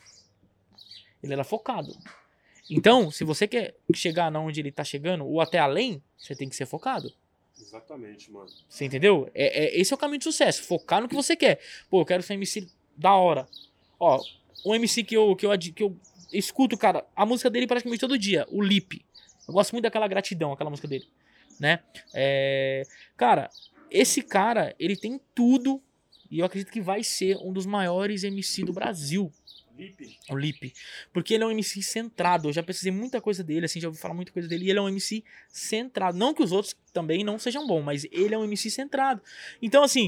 Ele era focado. Então, se você quer chegar onde ele tá chegando, ou até além, você tem que ser focado. Exatamente, mano. Você entendeu? Esse é o caminho de sucesso. Focar no que você quer. Pô, eu quero ser MC da hora. Ó, um MC que eu escuto, cara, a música dele praticamente todo dia, o Lipe. Eu gosto muito daquela Gratidão, aquela música dele, né? Cara, esse cara, ele tem tudo e eu acredito que vai ser um dos maiores MC do Brasil. O Lipe. Porque ele é um MC centrado. Eu já pesquisei muita coisa dele, assim, já ouvi falar muita coisa dele. E ele é um MC centrado. Não que os outros também não sejam bons, mas ele é um MC centrado. Então, assim,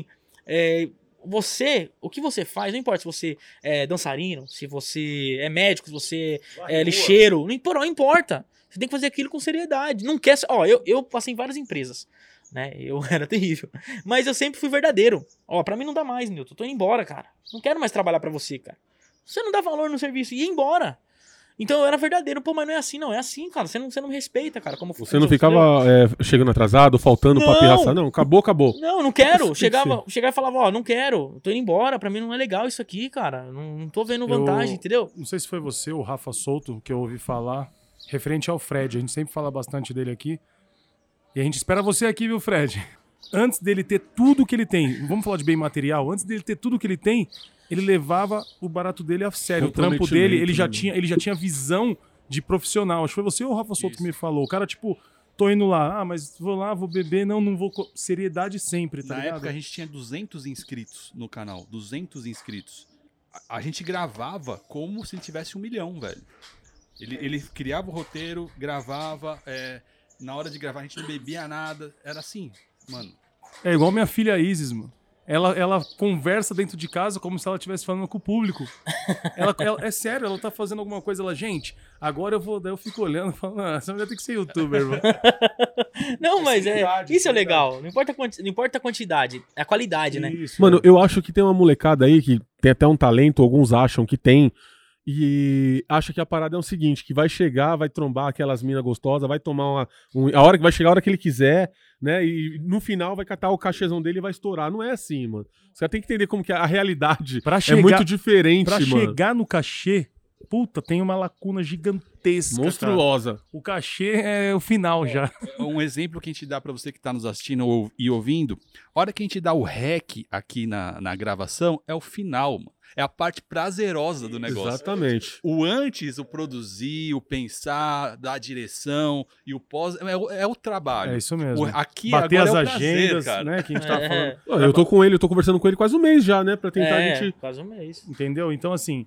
o que você faz, não importa se você é dançarino, se você é médico, se você é lixeiro, não importa. Você tem que fazer aquilo com seriedade. Não quer. Ó, eu passei em várias empresas, né? Eu era terrível. Mas eu sempre fui verdadeiro. Ó, pra mim não dá mais, Nilton. Eu tô indo embora, cara. Não quero mais trabalhar pra você, cara. Você não dá valor no serviço e ia embora. Então eu era verdadeiro. Pô, mas não é assim, não. É assim, cara. Você não me respeita, cara. Como você não ficava chegando atrasado, faltando pra pirraçar. Não, acabou. Não quero. Chegava e falava, ó, não quero. Eu tô indo embora. Pra mim não é legal isso aqui, cara. Não tô vendo vantagem, entendeu? Não sei se foi você, o Rafa Souto, que eu ouvi falar, referente ao Fred. A gente sempre fala bastante dele aqui. E a gente espera você aqui, viu, Fred? Antes dele ter tudo que ele tem, vamos falar de bem material, antes dele ter tudo que ele tem, ele levava o barato dele a sério. O trampo dele, ele já tinha visão de profissional. Acho que foi você ou o Rafa Souto que me falou. O cara, tipo, tô indo lá, mas vou lá, vou beber, não vou... Seriedade sempre, tá ligado? Na época a gente tinha 200 inscritos no canal, 200 inscritos. A gente gravava como se tivesse 1 milhão, velho. Ele criava o roteiro, gravava, na hora de gravar a gente não bebia nada, era assim, mano. É igual minha filha Isis, mano. Ela conversa dentro de casa como se ela estivesse falando com o público. É sério, ela tá fazendo alguma coisa, gente, agora eu vou, daí eu fico olhando e falo, você vai ter que ser youtuber, mano. Não, mas isso é legal. Não importa a quantidade, é a qualidade, né? Isso, mano, eu acho que tem uma molecada aí que tem até um talento, alguns acham que tem, e acha que a parada é o seguinte, que vai chegar, vai trombar aquelas minas gostosas, vai tomar a hora que vai chegar a hora que ele quiser, né? E no final vai catar o cachezão dele e vai estourar. Não é assim, mano. Você tem que entender como que a realidade é muito diferente, mano. Pra chegar no cachê, puta, tem uma lacuna gigantesca. Monstruosa. Cara. O cachê é o final já. Um exemplo que a gente dá pra você que tá nos assistindo e ouvindo, a hora que a gente dá o REC aqui na gravação, é o final, mano. É a parte prazerosa do negócio. Exatamente. O antes, o produzir, o pensar, dar a direção e o pós é o trabalho. É isso mesmo. Aqui bater agora as é o prazer, agendas, cara. né, que a gente tava falando. Eu tô com ele, eu tô conversando com ele quase um mês já, né, pra tentar a gente... quase um mês. Entendeu? Então, assim,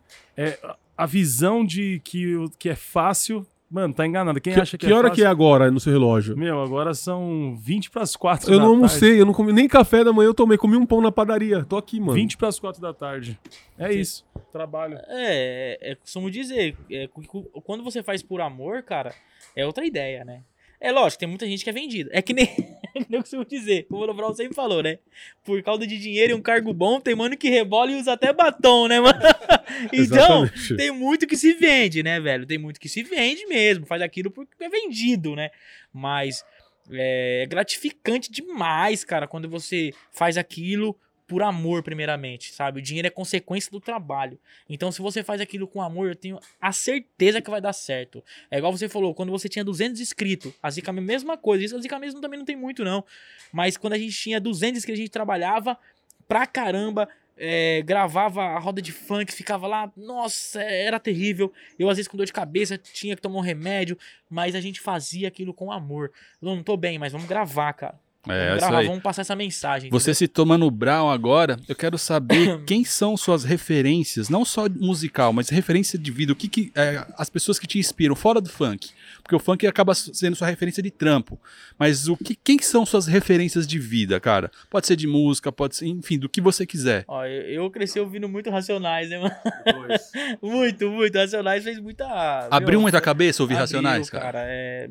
a visão de que é fácil, mano, tá enganado. Quem acha que é hora fácil... que é agora no seu relógio? Meu, agora são 20 pras 4 Eu não almocei, eu não comi nem café da manhã, eu comi um pão na padaria. Tô aqui, mano. 20 pras 4 da tarde. É isso. Trabalho. Costumo dizer, quando você faz por amor, cara, é outra ideia, né? É lógico, tem muita gente que é vendida. É que nem eu costumo dizer, como o Lobral sempre falou, né? Por causa de dinheiro e um cargo bom, tem mano que rebola e usa até batom, né, mano? Então, tem muito que se vende, né, velho? Tem muito que se vende mesmo, faz aquilo porque é vendido, né? Mas é gratificante demais, cara, quando você faz aquilo por amor, primeiramente, sabe? O dinheiro é consequência do trabalho. Então, se você faz aquilo com amor, eu tenho a certeza que vai dar certo. É igual você falou, quando você tinha 200 inscritos, a Zica Mesmo, mesma coisa. Isso a Zica Mesmo também não tem muito, não. Mas quando a gente tinha 200 inscritos, a gente trabalhava pra caramba, gravava a roda de funk, ficava lá, nossa, era terrível. Eu, às vezes, com dor de cabeça, tinha que tomar um remédio, mas a gente fazia aquilo com amor. Eu não tô bem, mas vamos gravar, cara. É, Vamos isso gravar, aí. vamos passar essa mensagem. Você citou Mano Brown agora, eu quero saber quem são suas referências, não só musical, mas referência de vida, as pessoas que te inspiram, fora do funk, porque o funk acaba sendo sua referência de trampo, mas quem são suas referências de vida, cara? Pode ser de música, pode ser, enfim, do que você quiser. Ó, eu cresci ouvindo muito Racionais, né, mano? Muito, muito. Racionais fez muita... Abriu muita cabeça ouvir abriu, Racionais, cara?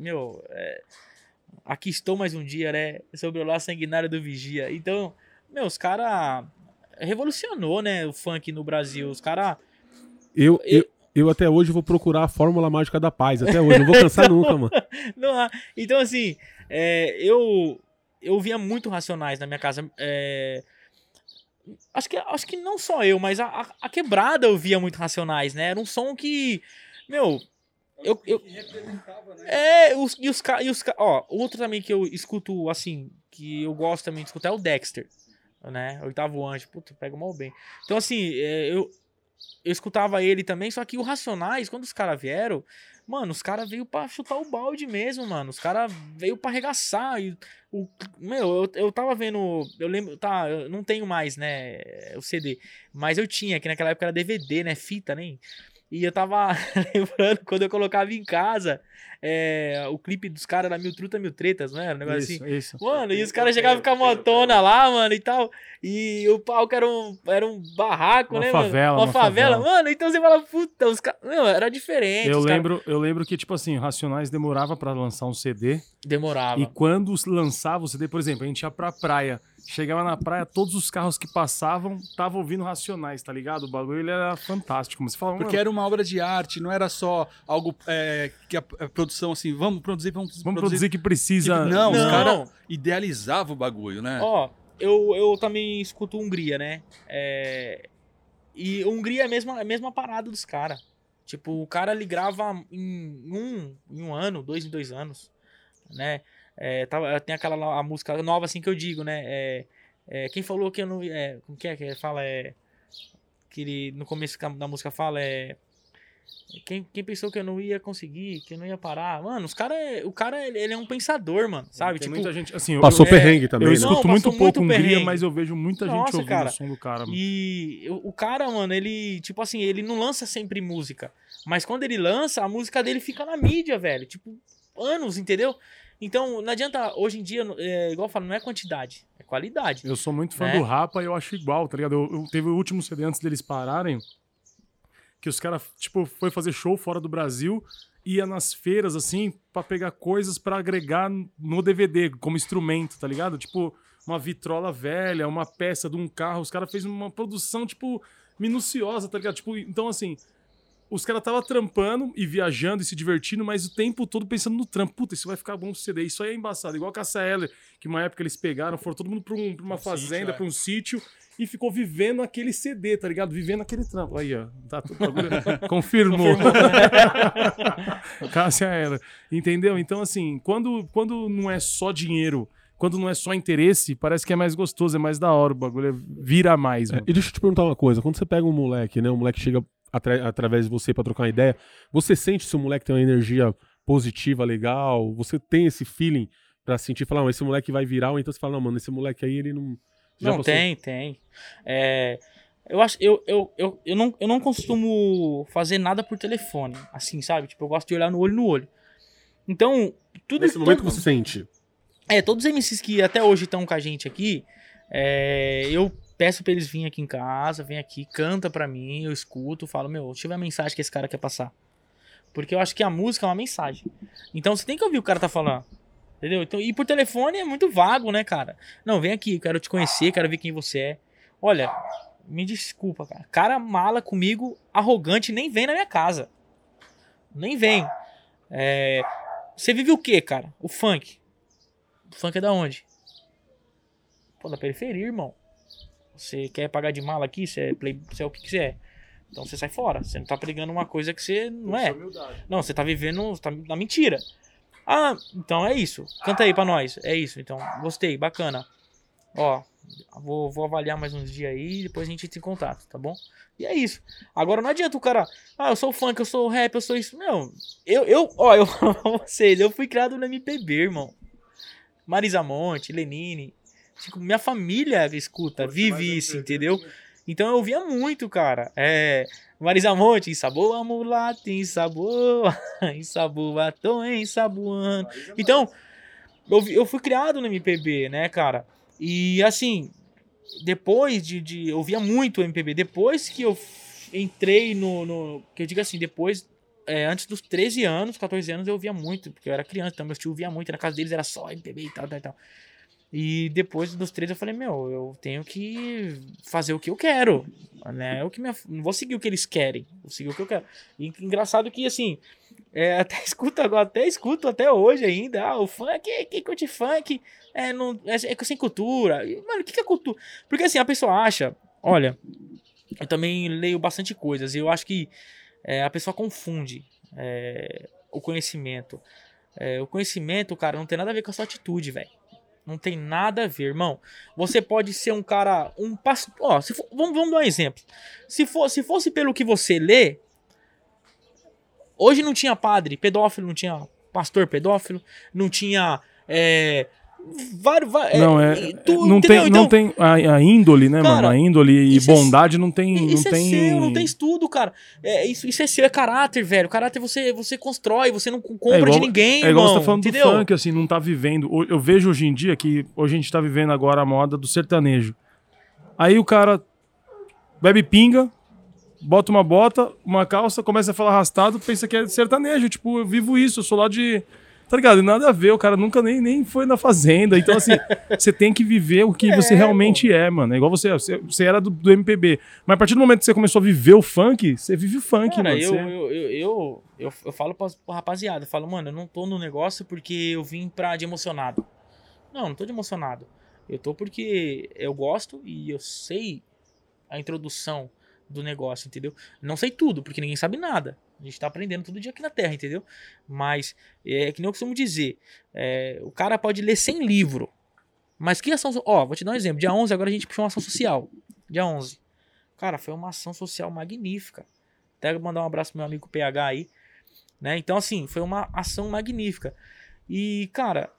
Aqui estou mais um dia, né? Sobre o lá sanguinário do Vigia. Então, os caras revolucionou, né, o funk no Brasil. Os caras... Eu até hoje vou procurar a fórmula mágica da paz. Até hoje, não vou cansar nunca, mano. Então, assim, eu via muito Racionais na minha casa. Acho que não só eu, mas a quebrada eu via muito Racionais, né? Era um som que, representava, né? Outro também que eu escuto, assim, que eu gosto também de escutar é o Dexter, né? Oitavo Anjo, puta, pega mal bem. Então, assim, eu escutava ele também, só que o Racionais, quando os caras vieram, mano, os caras veio pra chutar o balde mesmo, mano. Os caras veio pra arregaçar. Eu tava vendo, eu lembro, eu não tenho mais, né, o CD, mas eu tinha, que naquela época era DVD, né, fita, né? E eu tava lembrando quando eu colocava em casa o clipe dos caras era Mil Truta, Mil Tretas, não era? Um negócio assim. Isso. Mano, e os caras chegavam com a motona lá, mano, e tal. E o palco era um barraco, Uma né, favela, mano? uma Uma favela. favela. Mano, então você fala, puta, os caras... Era diferente. Eu lembro que, tipo assim, Racionais demorava pra lançar um CD. Demorava. E quando lançava o CD, por exemplo, a gente ia pra praia. Chegava na praia, todos os carros que passavam estavam ouvindo Racionais, tá ligado? O bagulho ele era fantástico. Você falava, Porque era uma obra de arte, não era só algo que a produção assim, vamos produzir que precisa. Não, os caras idealizavam o bagulho, né? Ó, eu também escuto Hungria, né? E Hungria é a mesma parada dos caras. Tipo, o cara ele grava em um ano, 2 em 2 anos, né? Tem aquela a música nova assim que eu digo, né? Quem falou que eu não... como que fala? Que ele no começo da música fala quem pensou que eu não ia conseguir, que eu não ia parar. Mano, o cara ele é um pensador, mano, sabe? Tem tipo, muita gente, assim, Passou perrengue também. Eu né? escuto muito passou pouco muito Hungria, perrengue. mas eu vejo muita gente Nossa, ouvindo cara. o som do cara. Mano. E o cara, mano, ele, tipo assim, ele não lança sempre música. Mas quando ele lança, a música dele fica na mídia, velho. Tipo, anos, entendeu? Então, não adianta, hoje em dia, igual eu falo, não é quantidade, é qualidade. Eu sou muito fã né? do Rapa e eu acho igual, tá ligado? Eu teve o último CD antes deles pararem, que os caras, tipo, foi fazer show fora do Brasil, ia nas feiras, assim, pra pegar coisas pra agregar no DVD, como instrumento, tá ligado? Tipo, uma vitrola velha, uma peça de um carro, os caras fez uma produção, tipo, minuciosa, tá ligado? Tipo, então, assim, os caras estavam trampando e viajando e se divertindo, mas o tempo todo pensando no trampo. Puta, isso vai ficar bom pro CD. Isso aí é embaçado. Igual a Cássia Eller, que uma época eles pegaram, foram todo mundo pra uma fazenda, pra um sítio, e ficou vivendo aquele CD, tá ligado? Vivendo aquele trampo. Aí, ó. Tá tudo bagulho. Confirmou. Cássia Eller. Entendeu? Então, assim, quando não é só dinheiro, quando não é só interesse, parece que é mais gostoso, é mais da hora. O bagulho vira mais, mano. E deixa eu te perguntar uma coisa. Quando você pega um moleque, né? Um moleque chega através de você pra trocar uma ideia, você sente se o moleque tem uma energia positiva, legal? Você tem esse feeling pra sentir, falar, esse moleque vai virar, ou então você fala, não, mano, esse moleque aí, ele não... Não, tem. Eu acho, eu não costumo fazer nada por telefone, assim, sabe? Tipo, eu gosto de olhar no olho. Então, tudo... Nesse momento você sente. Todos os MCs que até hoje estão com a gente aqui, eu peço pra eles virem aqui em casa, vem aqui, canta pra mim, eu escuto, falo, deixa eu ver a mensagem que esse cara quer passar. Porque eu acho que a música é uma mensagem. Então você tem que ouvir o cara tá falando. Entendeu? Então, e por telefone é muito vago, né, cara? Não, vem aqui, eu quero te conhecer, quero ver quem você é. Olha, me desculpa, cara. Cara mala comigo, arrogante, nem vem na minha casa. Nem vem. Você vive o quê, cara? O funk. O funk é da onde? Pô, da periferia, irmão. Você quer pagar de mala aqui? Você é o que você é. Então você sai fora. Você não tá pregando uma coisa que você não é. Não, você tá vivendo na mentira. Ah, então é isso. Canta aí pra nós. É isso, então. Gostei, bacana. Ó, vou avaliar mais uns dias aí e depois a gente entra em contato, tá bom? E é isso. Agora não adianta o cara... eu sou funk, eu sou rap, eu sou isso. Não, eu falo pra vocês, eu fui criado no MPB, irmão. Marisa Monte, Lenine. Tipo, minha família escuta, vive isso, entendeu? Então eu ouvia muito, cara. Marisa Monte, ensaboa mulata, ensaboa tô ensaboando. Então, eu fui criado no MPB, né, cara? E assim, depois de eu ouvia muito MPB, depois que eu entrei que eu digo assim, depois, antes dos 13 anos, 14 anos, eu ouvia muito, porque eu era criança, então meu tio ouvia muito, na casa deles era só MPB e tal. E depois dos 13 eu falei, eu tenho que fazer o que eu quero, né? Não vou seguir o que eles querem, vou seguir o que eu quero. E engraçado que, assim, até escuto até hoje ainda, o funk, quem curte funk é sem cultura. Mano, o que é cultura? Porque assim, a pessoa acha, olha, eu também leio bastante coisas, e eu acho que a pessoa confunde o conhecimento. O conhecimento, cara, não tem nada a ver com a sua atitude, velho. Não tem nada a ver, irmão. Você pode ser um cara, um pastor. Ó, vamos dar um exemplo. Se fosse pelo que você lê, hoje não tinha padre pedófilo, não tinha pastor pedófilo, não tinha não tem a índole, né, cara, mano? A índole e bondade não tem. Isso não tem estudo, cara. Isso é seu, é caráter, velho. Caráter você constrói, você não compra de ninguém, igual irmão, você tá falando entendeu? do funk, assim, não tá vivendo. Eu vejo hoje em dia que hoje a gente tá vivendo agora a moda do sertanejo. Aí o cara bebe pinga, bota uma bota, uma calça, começa a falar arrastado, pensa que é sertanejo. Tipo, eu vivo isso, eu sou lá de... Tá ligado? Nada a ver, o cara nunca nem foi na fazenda. Então, assim, você tem que viver o que você realmente é, mano. É igual você era do MPB. Mas a partir do momento que você começou a viver o funk, você vive o funk, cara, mano. Eu falo pra rapaziada, eu falo, mano, eu não tô no negócio porque eu vim de emocionado. Não tô de emocionado. Eu tô porque eu gosto e eu sei a introdução do negócio, entendeu? Não sei tudo, porque ninguém sabe nada. A gente tá aprendendo todo dia aqui na Terra, entendeu? Mas, que nem eu costumo dizer, o cara pode ler 100 livros, mas que ação... vou te dar um exemplo. Dia 11, agora a gente puxou uma ação social. Dia 11. Cara, foi uma ação social magnífica. Até mandar um abraço pro meu amigo PH aí, né? Então, assim, foi uma ação magnífica. E, cara,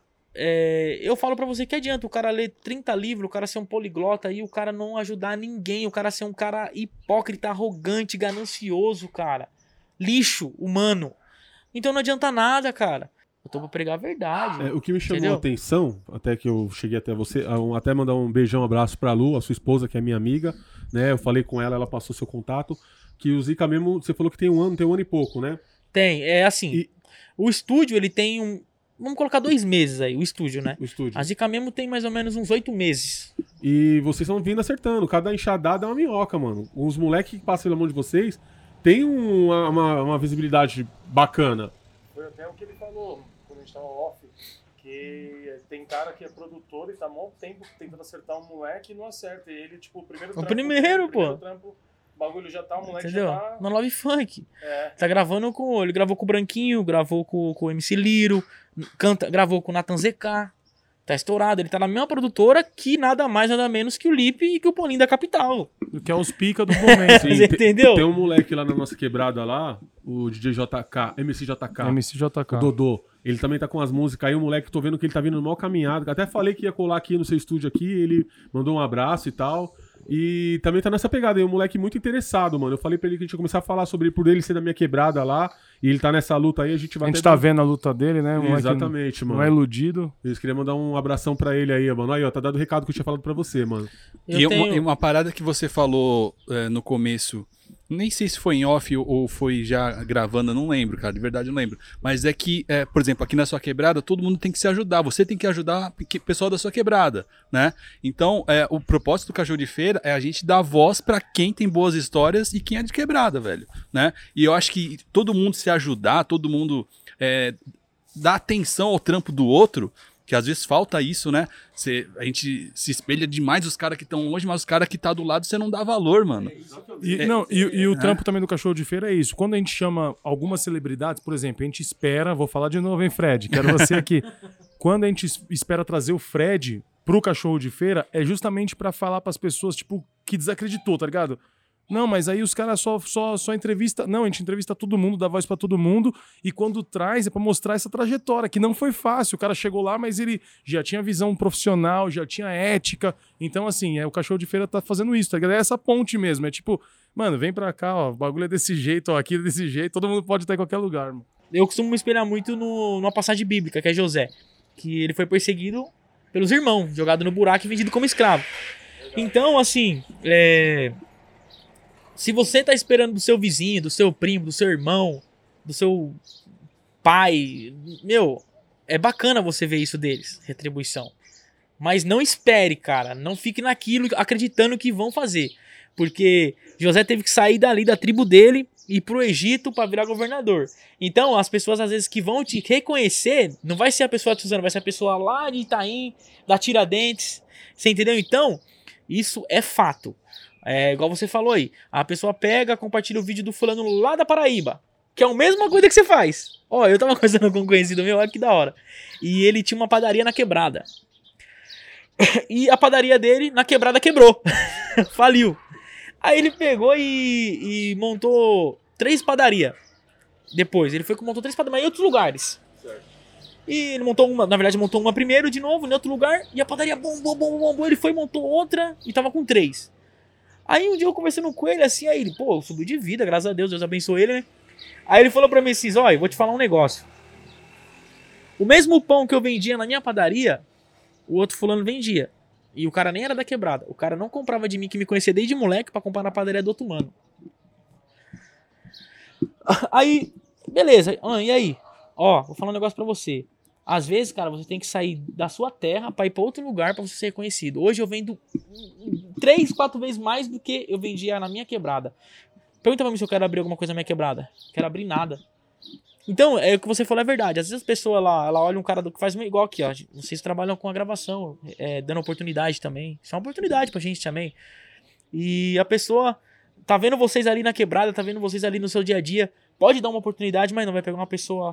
eu falo pra você que adianta o cara ler 30 livros, o cara ser um poliglota e o cara não ajudar ninguém, o cara ser um cara hipócrita, arrogante, ganancioso, cara. Lixo humano. Então não adianta nada, cara. Eu tô pra pregar a verdade. O que me chamou entendeu? a atenção, até que eu cheguei até você, até mandar um beijão, um abraço pra Lu, a sua esposa, que é minha amiga, né? Eu falei com ela, ela passou seu contato, que o Zica mesmo, você falou que tem um ano e pouco, né? Tem, assim, o estúdio, ele tem vamos colocar 2 meses aí, o estúdio, né? O estúdio. A Zica mesmo tem mais ou menos uns 8 meses. E vocês estão vindo acertando, cada enxadada é uma minhoca, mano. Os moleques que passam pela mão de vocês tem uma visibilidade bacana. Foi até o que ele falou quando a gente tava off, que tem cara que é produtor e tá há muito tempo tentando acertar um moleque e não acerta. E ele, tipo, o primeiro trampo, o bagulho já tá, o moleque entendeu? já tá... No Love Funk. Tá gravando ele gravou com o Branquinho, gravou com o MC Liro, gravou com o Nathan ZK. Tá estourado, ele tá na mesma produtora que nada mais, nada menos que o Lipe e que o Paulinho da Capital. Que é os pica do momento. Você entendeu? Tem um moleque lá na nossa quebrada lá, o DJ JK, MC JK. O Dodô. Ele também tá com as músicas aí, o moleque, tô vendo que ele tá vindo no maior caminhado. Até falei que ia colar aqui no seu estúdio aqui, ele mandou um abraço e tal. E também tá nessa pegada aí, um moleque muito interessado, mano. Eu falei pra ele que a gente ia começar a falar sobre por ele ser da minha quebrada lá. E ele tá nessa luta aí, a gente vai... A gente tá vendo a luta dele, né? Exatamente, mano. Não é iludido. Eu queria mandar um abração pra ele aí, mano. Aí, ó, tá dado o recado que eu tinha falado pra você, mano. E uma parada que você falou no começo, nem sei se foi em off ou foi já gravando, eu não lembro, cara, de verdade eu não lembro. Mas é que, por exemplo, aqui na sua quebrada, todo mundo tem que se ajudar. Você tem que ajudar o pessoal da sua quebrada, né? Então, o propósito do Cachorro de Feira é a gente dar voz pra quem tem boas histórias e quem é de quebrada, velho, né? E eu acho que todo mundo se ajudar, todo mundo dar atenção ao trampo do outro, que às vezes falta isso, né? A gente se espelha demais os caras que estão longe, mas os caras que tá do lado você não dá valor, mano. E o trampo também do Cachorro de Feira é isso. Quando a gente chama algumas celebridades, por exemplo, a gente espera... Vou falar de novo, hein, Fred? Quero você aqui. Quando a gente espera trazer o Fred pro Cachorro de Feira, é justamente pra falar pras pessoas, tipo, que desacreditou, tá ligado? Não, mas aí os caras só entrevista... Não, a gente entrevista todo mundo, dá voz pra todo mundo, e quando traz é pra mostrar essa trajetória, que não foi fácil. O cara chegou lá, mas ele já tinha visão profissional, já tinha ética. Então, assim, o Cachorro de Feira tá fazendo isso, tá ligado? É essa ponte mesmo, é tipo, mano, vem pra cá, ó, o bagulho é desse jeito, ó, aqui é desse jeito, todo mundo pode estar em qualquer lugar, mano. Eu costumo me espelhar muito numa passagem bíblica, que é José, que ele foi perseguido pelos irmãos, jogado no buraco e vendido como escravo. Então, assim, se você tá esperando do seu vizinho, do seu primo, do seu irmão, do seu pai, meu, é bacana você ver isso deles, retribuição. Mas não espere, cara, não fique naquilo acreditando que vão fazer. Porque José teve que sair dali da tribo dele e ir pro Egito para virar governador. Então, as pessoas às vezes que vão te reconhecer, não vai ser a pessoa de Suzano, vai ser a pessoa lá de Itaim, da Tiradentes. Você entendeu? Então, isso é fato. É igual você falou aí. A pessoa pega, compartilha o vídeo do fulano lá da Paraíba, que é a mesma coisa que você faz. Ó, eu tava conversando com um conhecido meu, olha que da hora. E ele tinha uma padaria na quebrada. E a padaria dele na quebrada quebrou. Faliu. Aí ele pegou e montou 3 padarias. Depois, ele montou 3 padarias, mas em outros lugares. Certo. E ele montou uma, na verdade montou uma primeiro de novo, em outro lugar, e a padaria bombou. Ele foi, montou outra e tava com 3. Aí um dia eu conversando com ele assim, aí ele, pô, subiu de vida, graças a Deus abençoe ele, né? Aí ele falou pra mim assim, olha, vou te falar um negócio. O mesmo pão que eu vendia na minha padaria, o outro fulano vendia. E o cara nem era da quebrada. O cara não comprava de mim, que me conhecia desde moleque, pra comprar na padaria do outro mano. Aí, beleza. E aí? Ó, vou falar um negócio pra você. Às vezes, cara, você tem que sair da sua terra pra ir pra outro lugar pra você ser reconhecido. Hoje eu vendo 3, 4 vezes mais do que eu vendia na minha quebrada. Pergunta pra mim se eu quero abrir alguma coisa na minha quebrada. Quero abrir nada. Então, o que você falou é verdade. Às vezes as pessoas lá, ela olha um cara que faz igual aqui, ó. Vocês trabalham com a gravação, dando oportunidade também. Isso é uma oportunidade pra gente também. E a pessoa tá vendo vocês ali na quebrada, tá vendo vocês ali no seu dia a dia. Pode dar uma oportunidade, mas não vai pegar uma pessoa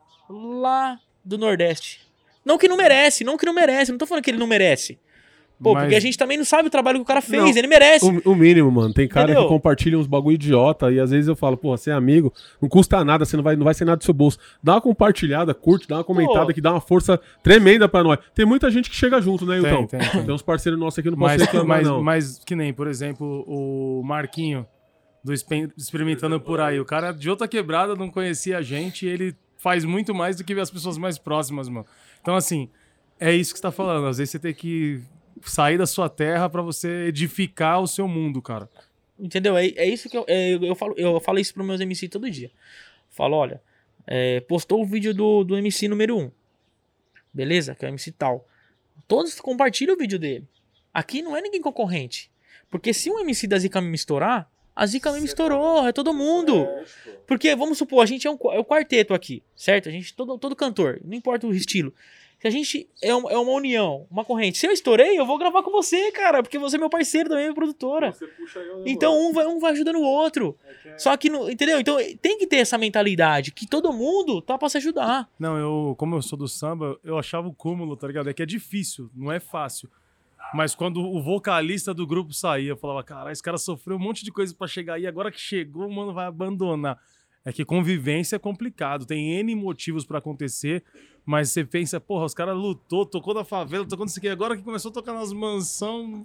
lá do Nordeste. Não que não merece. Não tô falando que ele não merece. Pô, mas... porque a gente também não sabe o trabalho que o cara fez, não, ele merece. O mínimo, mano. Tem cara que compartilha uns bagulho idiota e às vezes eu falo, pô, você é amigo, não custa nada, você não vai ser nada do seu bolso. Dá uma compartilhada, curte, dá uma comentada que dá uma força tremenda pra nós. Tem muita gente que chega junto, né, Hilton? Tem uns parceiros nossos aqui, não posso reclamar, não. Mas que nem, por exemplo, o Marquinho do Experimentando Por Aí. O cara de outra quebrada não conhecia a gente e ele faz muito mais do que as pessoas mais próximas, mano. Então, assim, é isso que você tá falando. Às vezes você tem que sair da sua terra pra você edificar o seu mundo, cara. Entendeu? É isso que eu falo isso pros meus MC todo dia. Falo, olha, postou o vídeo do MC número 1. Beleza? Que é o MC tal. Todos compartilham o vídeo dele. Aqui não é ninguém concorrente. Porque se um MC da Zica Meme estourar, a Zica Meme estourou, é todo mundo. Porque, vamos supor, a gente é o quarteto aqui, certo? A gente, todo cantor, não importa o estilo. Se a gente é uma união, uma corrente. Se eu estourei, eu vou gravar com você, cara. Porque você é meu parceiro também, minha produtora. Você puxa eu, então um vai ajudando o outro. Só que, entendeu? Então tem que ter essa mentalidade. Que todo mundo tá pra se ajudar. Não, como eu sou do samba, eu achava o cúmulo, tá ligado? É que é difícil, não é fácil. Mas quando o vocalista do grupo saía, eu falava, cara, esse cara sofreu um monte de coisa pra chegar aí. Agora que chegou, o mano vai abandonar. É que convivência é complicado. Tem N motivos pra acontecer. Mas você pensa, porra, os caras lutou, tocou na favela, tocou nisso aqui. Agora que começou a tocar nas mansão...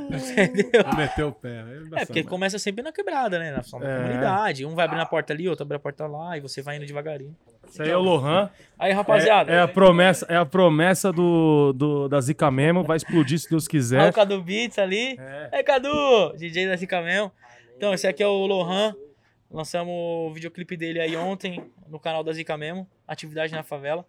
Meteu o pé. Porque começa sempre na quebrada, né? Na comunidade. Um vai abrir a porta ali, outro abre a porta lá. E você vai indo devagarinho. Isso aí é o Lohan. Aí, rapaziada. É a promessa da Zica Memo. Vai explodir se Deus quiser. Olha o Cadu Beats ali. Cadu! DJ da Zica Memo. Então, esse aqui é o Lohan. Lançamos o videoclipe dele aí ontem no canal da Zica Memo. Atividade na favela.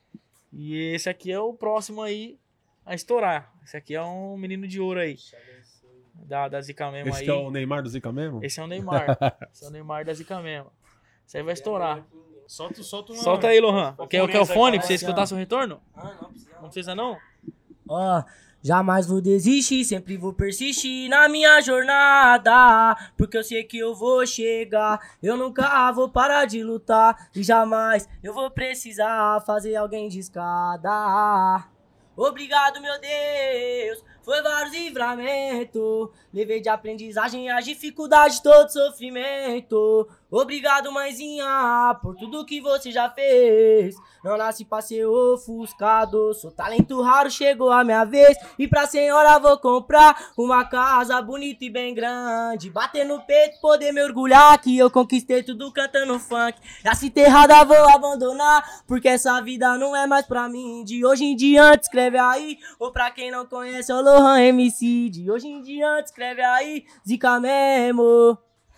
E esse aqui é o próximo aí a estourar. Esse aqui é um menino de ouro aí. Da Zica Memo aí. Esse é o Neymar do Zica Memo? Esse é o Neymar. Esse é o Neymar da Zica Memo. Esse aí vai estourar. Solta aí, Lohan. Quer o fone pra você escutar seu retorno? Não precisa não? Ó, jamais vou desistir, sempre vou persistir na minha jornada, porque eu sei que eu vou chegar, eu nunca vou parar de lutar, e jamais eu vou precisar fazer alguém de escada. Obrigado, meu Deus, foi vários livramentos. Levei de aprendizagem as dificuldades, todo sofrimento. Obrigado, mãezinha, por tudo que você já fez. Não nasci pra ser ofuscado, sou talento raro, chegou a minha vez. E pra senhora vou comprar uma casa bonita e bem grande. Bater no peito, poder me orgulhar que eu conquistei tudo cantando funk. Essa enterrada vou abandonar, porque essa vida não é mais pra mim. De hoje em diante, escreve aí. Ou pra quem não conhece, é o Lohan MC. De hoje em diante, escreve aí. Zica mesmo.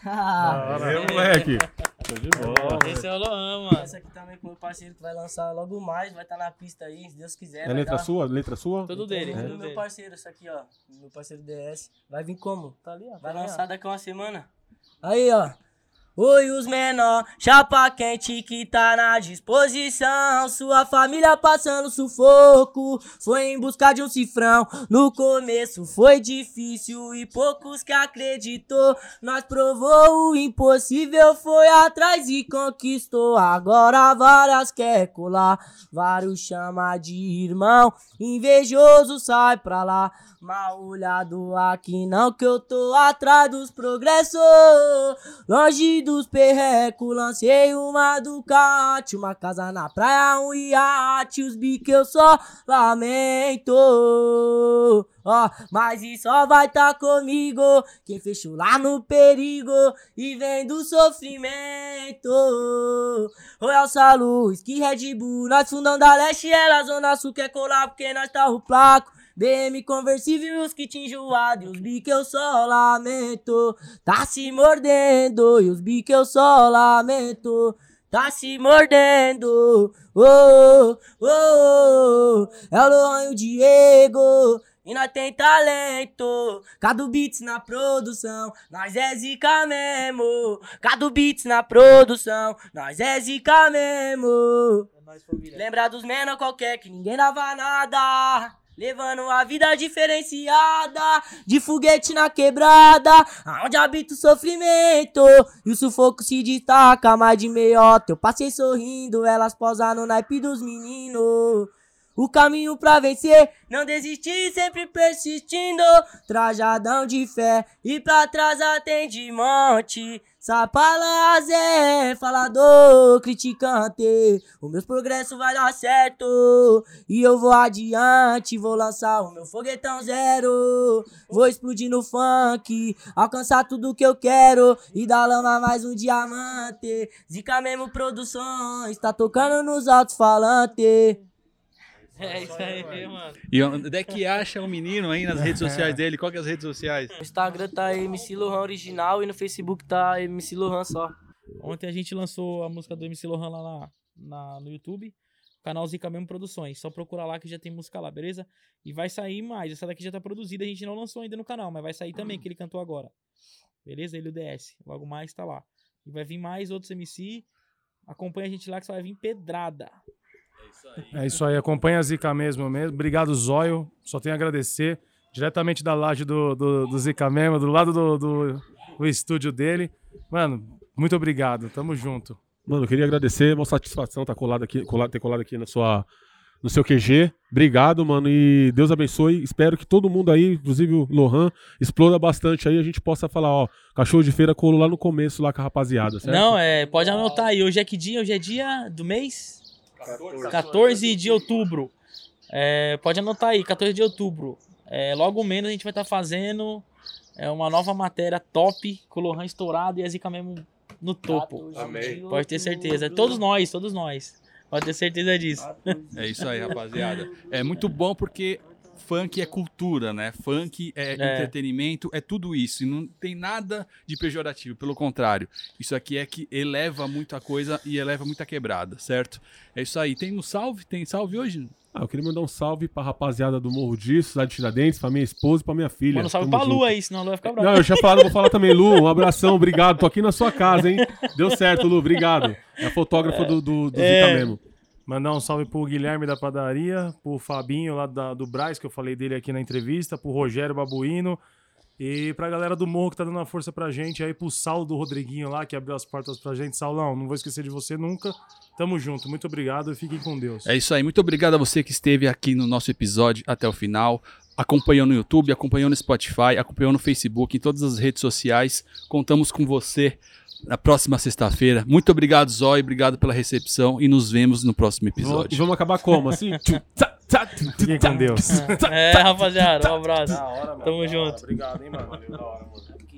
Moleque. Show de bola. Esse é o Lohan, mano. Essa aqui também com o meu parceiro que vai lançar logo mais, vai estar na pista aí, se Deus quiser. É letra sua? Letra sua? Tudo dele. Do Tudo meu dele. parceiro, isso aqui, ó. Meu parceiro DS. Vai vir como? Tá ali, ó. Vai tá ali, ó. lançar daqui a uma semana. Aí, ó. Oi, os menor, chapa quente que tá na disposição. Sua família passando sufoco, foi em busca de um cifrão. No começo foi difícil e poucos que acreditou. Nós provou o impossível, foi atrás e conquistou. Agora várias quer colar, vários chama de irmão. Invejoso sai pra lá, mal olhado aqui não, que eu tô atrás dos progressos. Longe dos perrecos, lancei uma Ducati, uma casa na praia, um iate, os biques eu só lamento. Ó, mas isso só vai tá comigo, quem fechou lá no perigo e vem do sofrimento. Royal Salus, que Red Bull, nós fundão da Leste, ela Zona Sul quer colar porque nós tá o placo. BM conversível, os kits enjoados, e os biques eu só lamento. Tá se mordendo, e os biques eu só lamento. Tá se mordendo, oh, oh, oh. É o Lohan e o Diego, e nós tem talento. Cadu Beats na produção, nós é zica mesmo. Cadu Beats na produção, nós é zica mesmo. Lembra dos menor qualquer que ninguém dava nada. Levando uma vida diferenciada, de foguete na quebrada, aonde habita o sofrimento e o sufoco se destaca mais de meiota. Eu passei sorrindo, elas posam no naipe dos meninos. O caminho pra vencer, não desistir, sempre persistindo. Trajadão de fé e pra trás atende monte. Sapalazé, falador, criticante. O meu progresso vai dar certo e eu vou adiante. Vou lançar o meu foguetão zero. Vou explodir no funk, alcançar tudo que eu quero e da lama mais um diamante. Zica mesmo produções, tá tocando nos alto-falantes. É isso aí, mano. E onde é que acha o menino aí nas redes sociais dele? Qual que é as redes sociais? No Instagram tá MC Lohan Original e no Facebook tá MC Lohan só. Ontem a gente lançou a música do MC Lohan lá no YouTube, canal Zica Mesmo Produções. Só procurar lá que já tem música lá, beleza? E vai sair mais. Essa daqui já tá produzida, a gente não lançou ainda no canal, mas vai sair também, que ele cantou agora. Beleza? Ele e o DS. Logo mais tá lá. E vai vir mais outros MC. Acompanha a gente lá que só vai vir pedrada. É isso aí, acompanha a Zica mesmo. Obrigado, Zóio. Só tenho a agradecer. Diretamente da laje do Zica mesmo, do lado do estúdio dele. Mano, muito obrigado. Tamo junto. Mano, eu queria agradecer, uma satisfação ter colado aqui no seu QG. Obrigado, mano, e Deus abençoe. Espero que todo mundo aí, inclusive o Lohan, explora bastante aí, a gente possa falar, ó, Cachorro de Feira colou lá no começo, lá com a rapaziada, certo? Não, pode anotar aí. Hoje é que dia? Hoje é dia do mês? 14 de outubro. Pode anotar aí, 14 de outubro. Logo menos a gente vai estar fazendo uma nova matéria top, com o Lohan estourado e a Zica mesmo no topo. Amém. Pode ter certeza. Todos nós. Pode ter certeza disso. É isso aí, rapaziada. É muito bom porque funk é cultura, né? Funk é entretenimento, é tudo isso. E não tem nada de pejorativo, pelo contrário. Isso aqui é que eleva muita coisa e eleva muita quebrada, certo? É isso aí. Tem um salve? Tem salve hoje? Eu queria mandar um salve pra rapaziada do Morro Disso, cidade de Tiradentes, pra minha esposa e pra minha filha. Manda um salve Tamo pra Lu junto. aí, senão a Lu vai ficar brava. Não, eu já falado, vou falar também, Lu. Um abração, obrigado. Tô aqui na sua casa, hein? Deu certo, Lu, obrigado. É a fotógrafa do Zica mesmo. Mandar um salve pro Guilherme da padaria, pro Fabinho lá do Brás, que eu falei dele aqui na entrevista, pro Rogério Babuíno E pra galera do Morro que tá dando uma força pra gente, aí pro Saulo do Rodriguinho lá, que abriu as portas pra gente. Saulão, não vou esquecer de você nunca. Tamo junto, muito obrigado e fiquem com Deus. É isso aí, muito obrigado a você que esteve aqui no nosso episódio até o final. Acompanhou no YouTube, acompanhou no Spotify, acompanhou no Facebook, em todas as redes sociais. Contamos com você na próxima sexta-feira. Muito obrigado, Zói, obrigado pela recepção e nos vemos no próximo E episódio. vamos acabar como? Assim? Fiquem com Deus. Rapaziada, um abraço. Da hora, mano. Tamo Da hora. junto. Obrigado, hein, mano. Valeu, da hora, mano.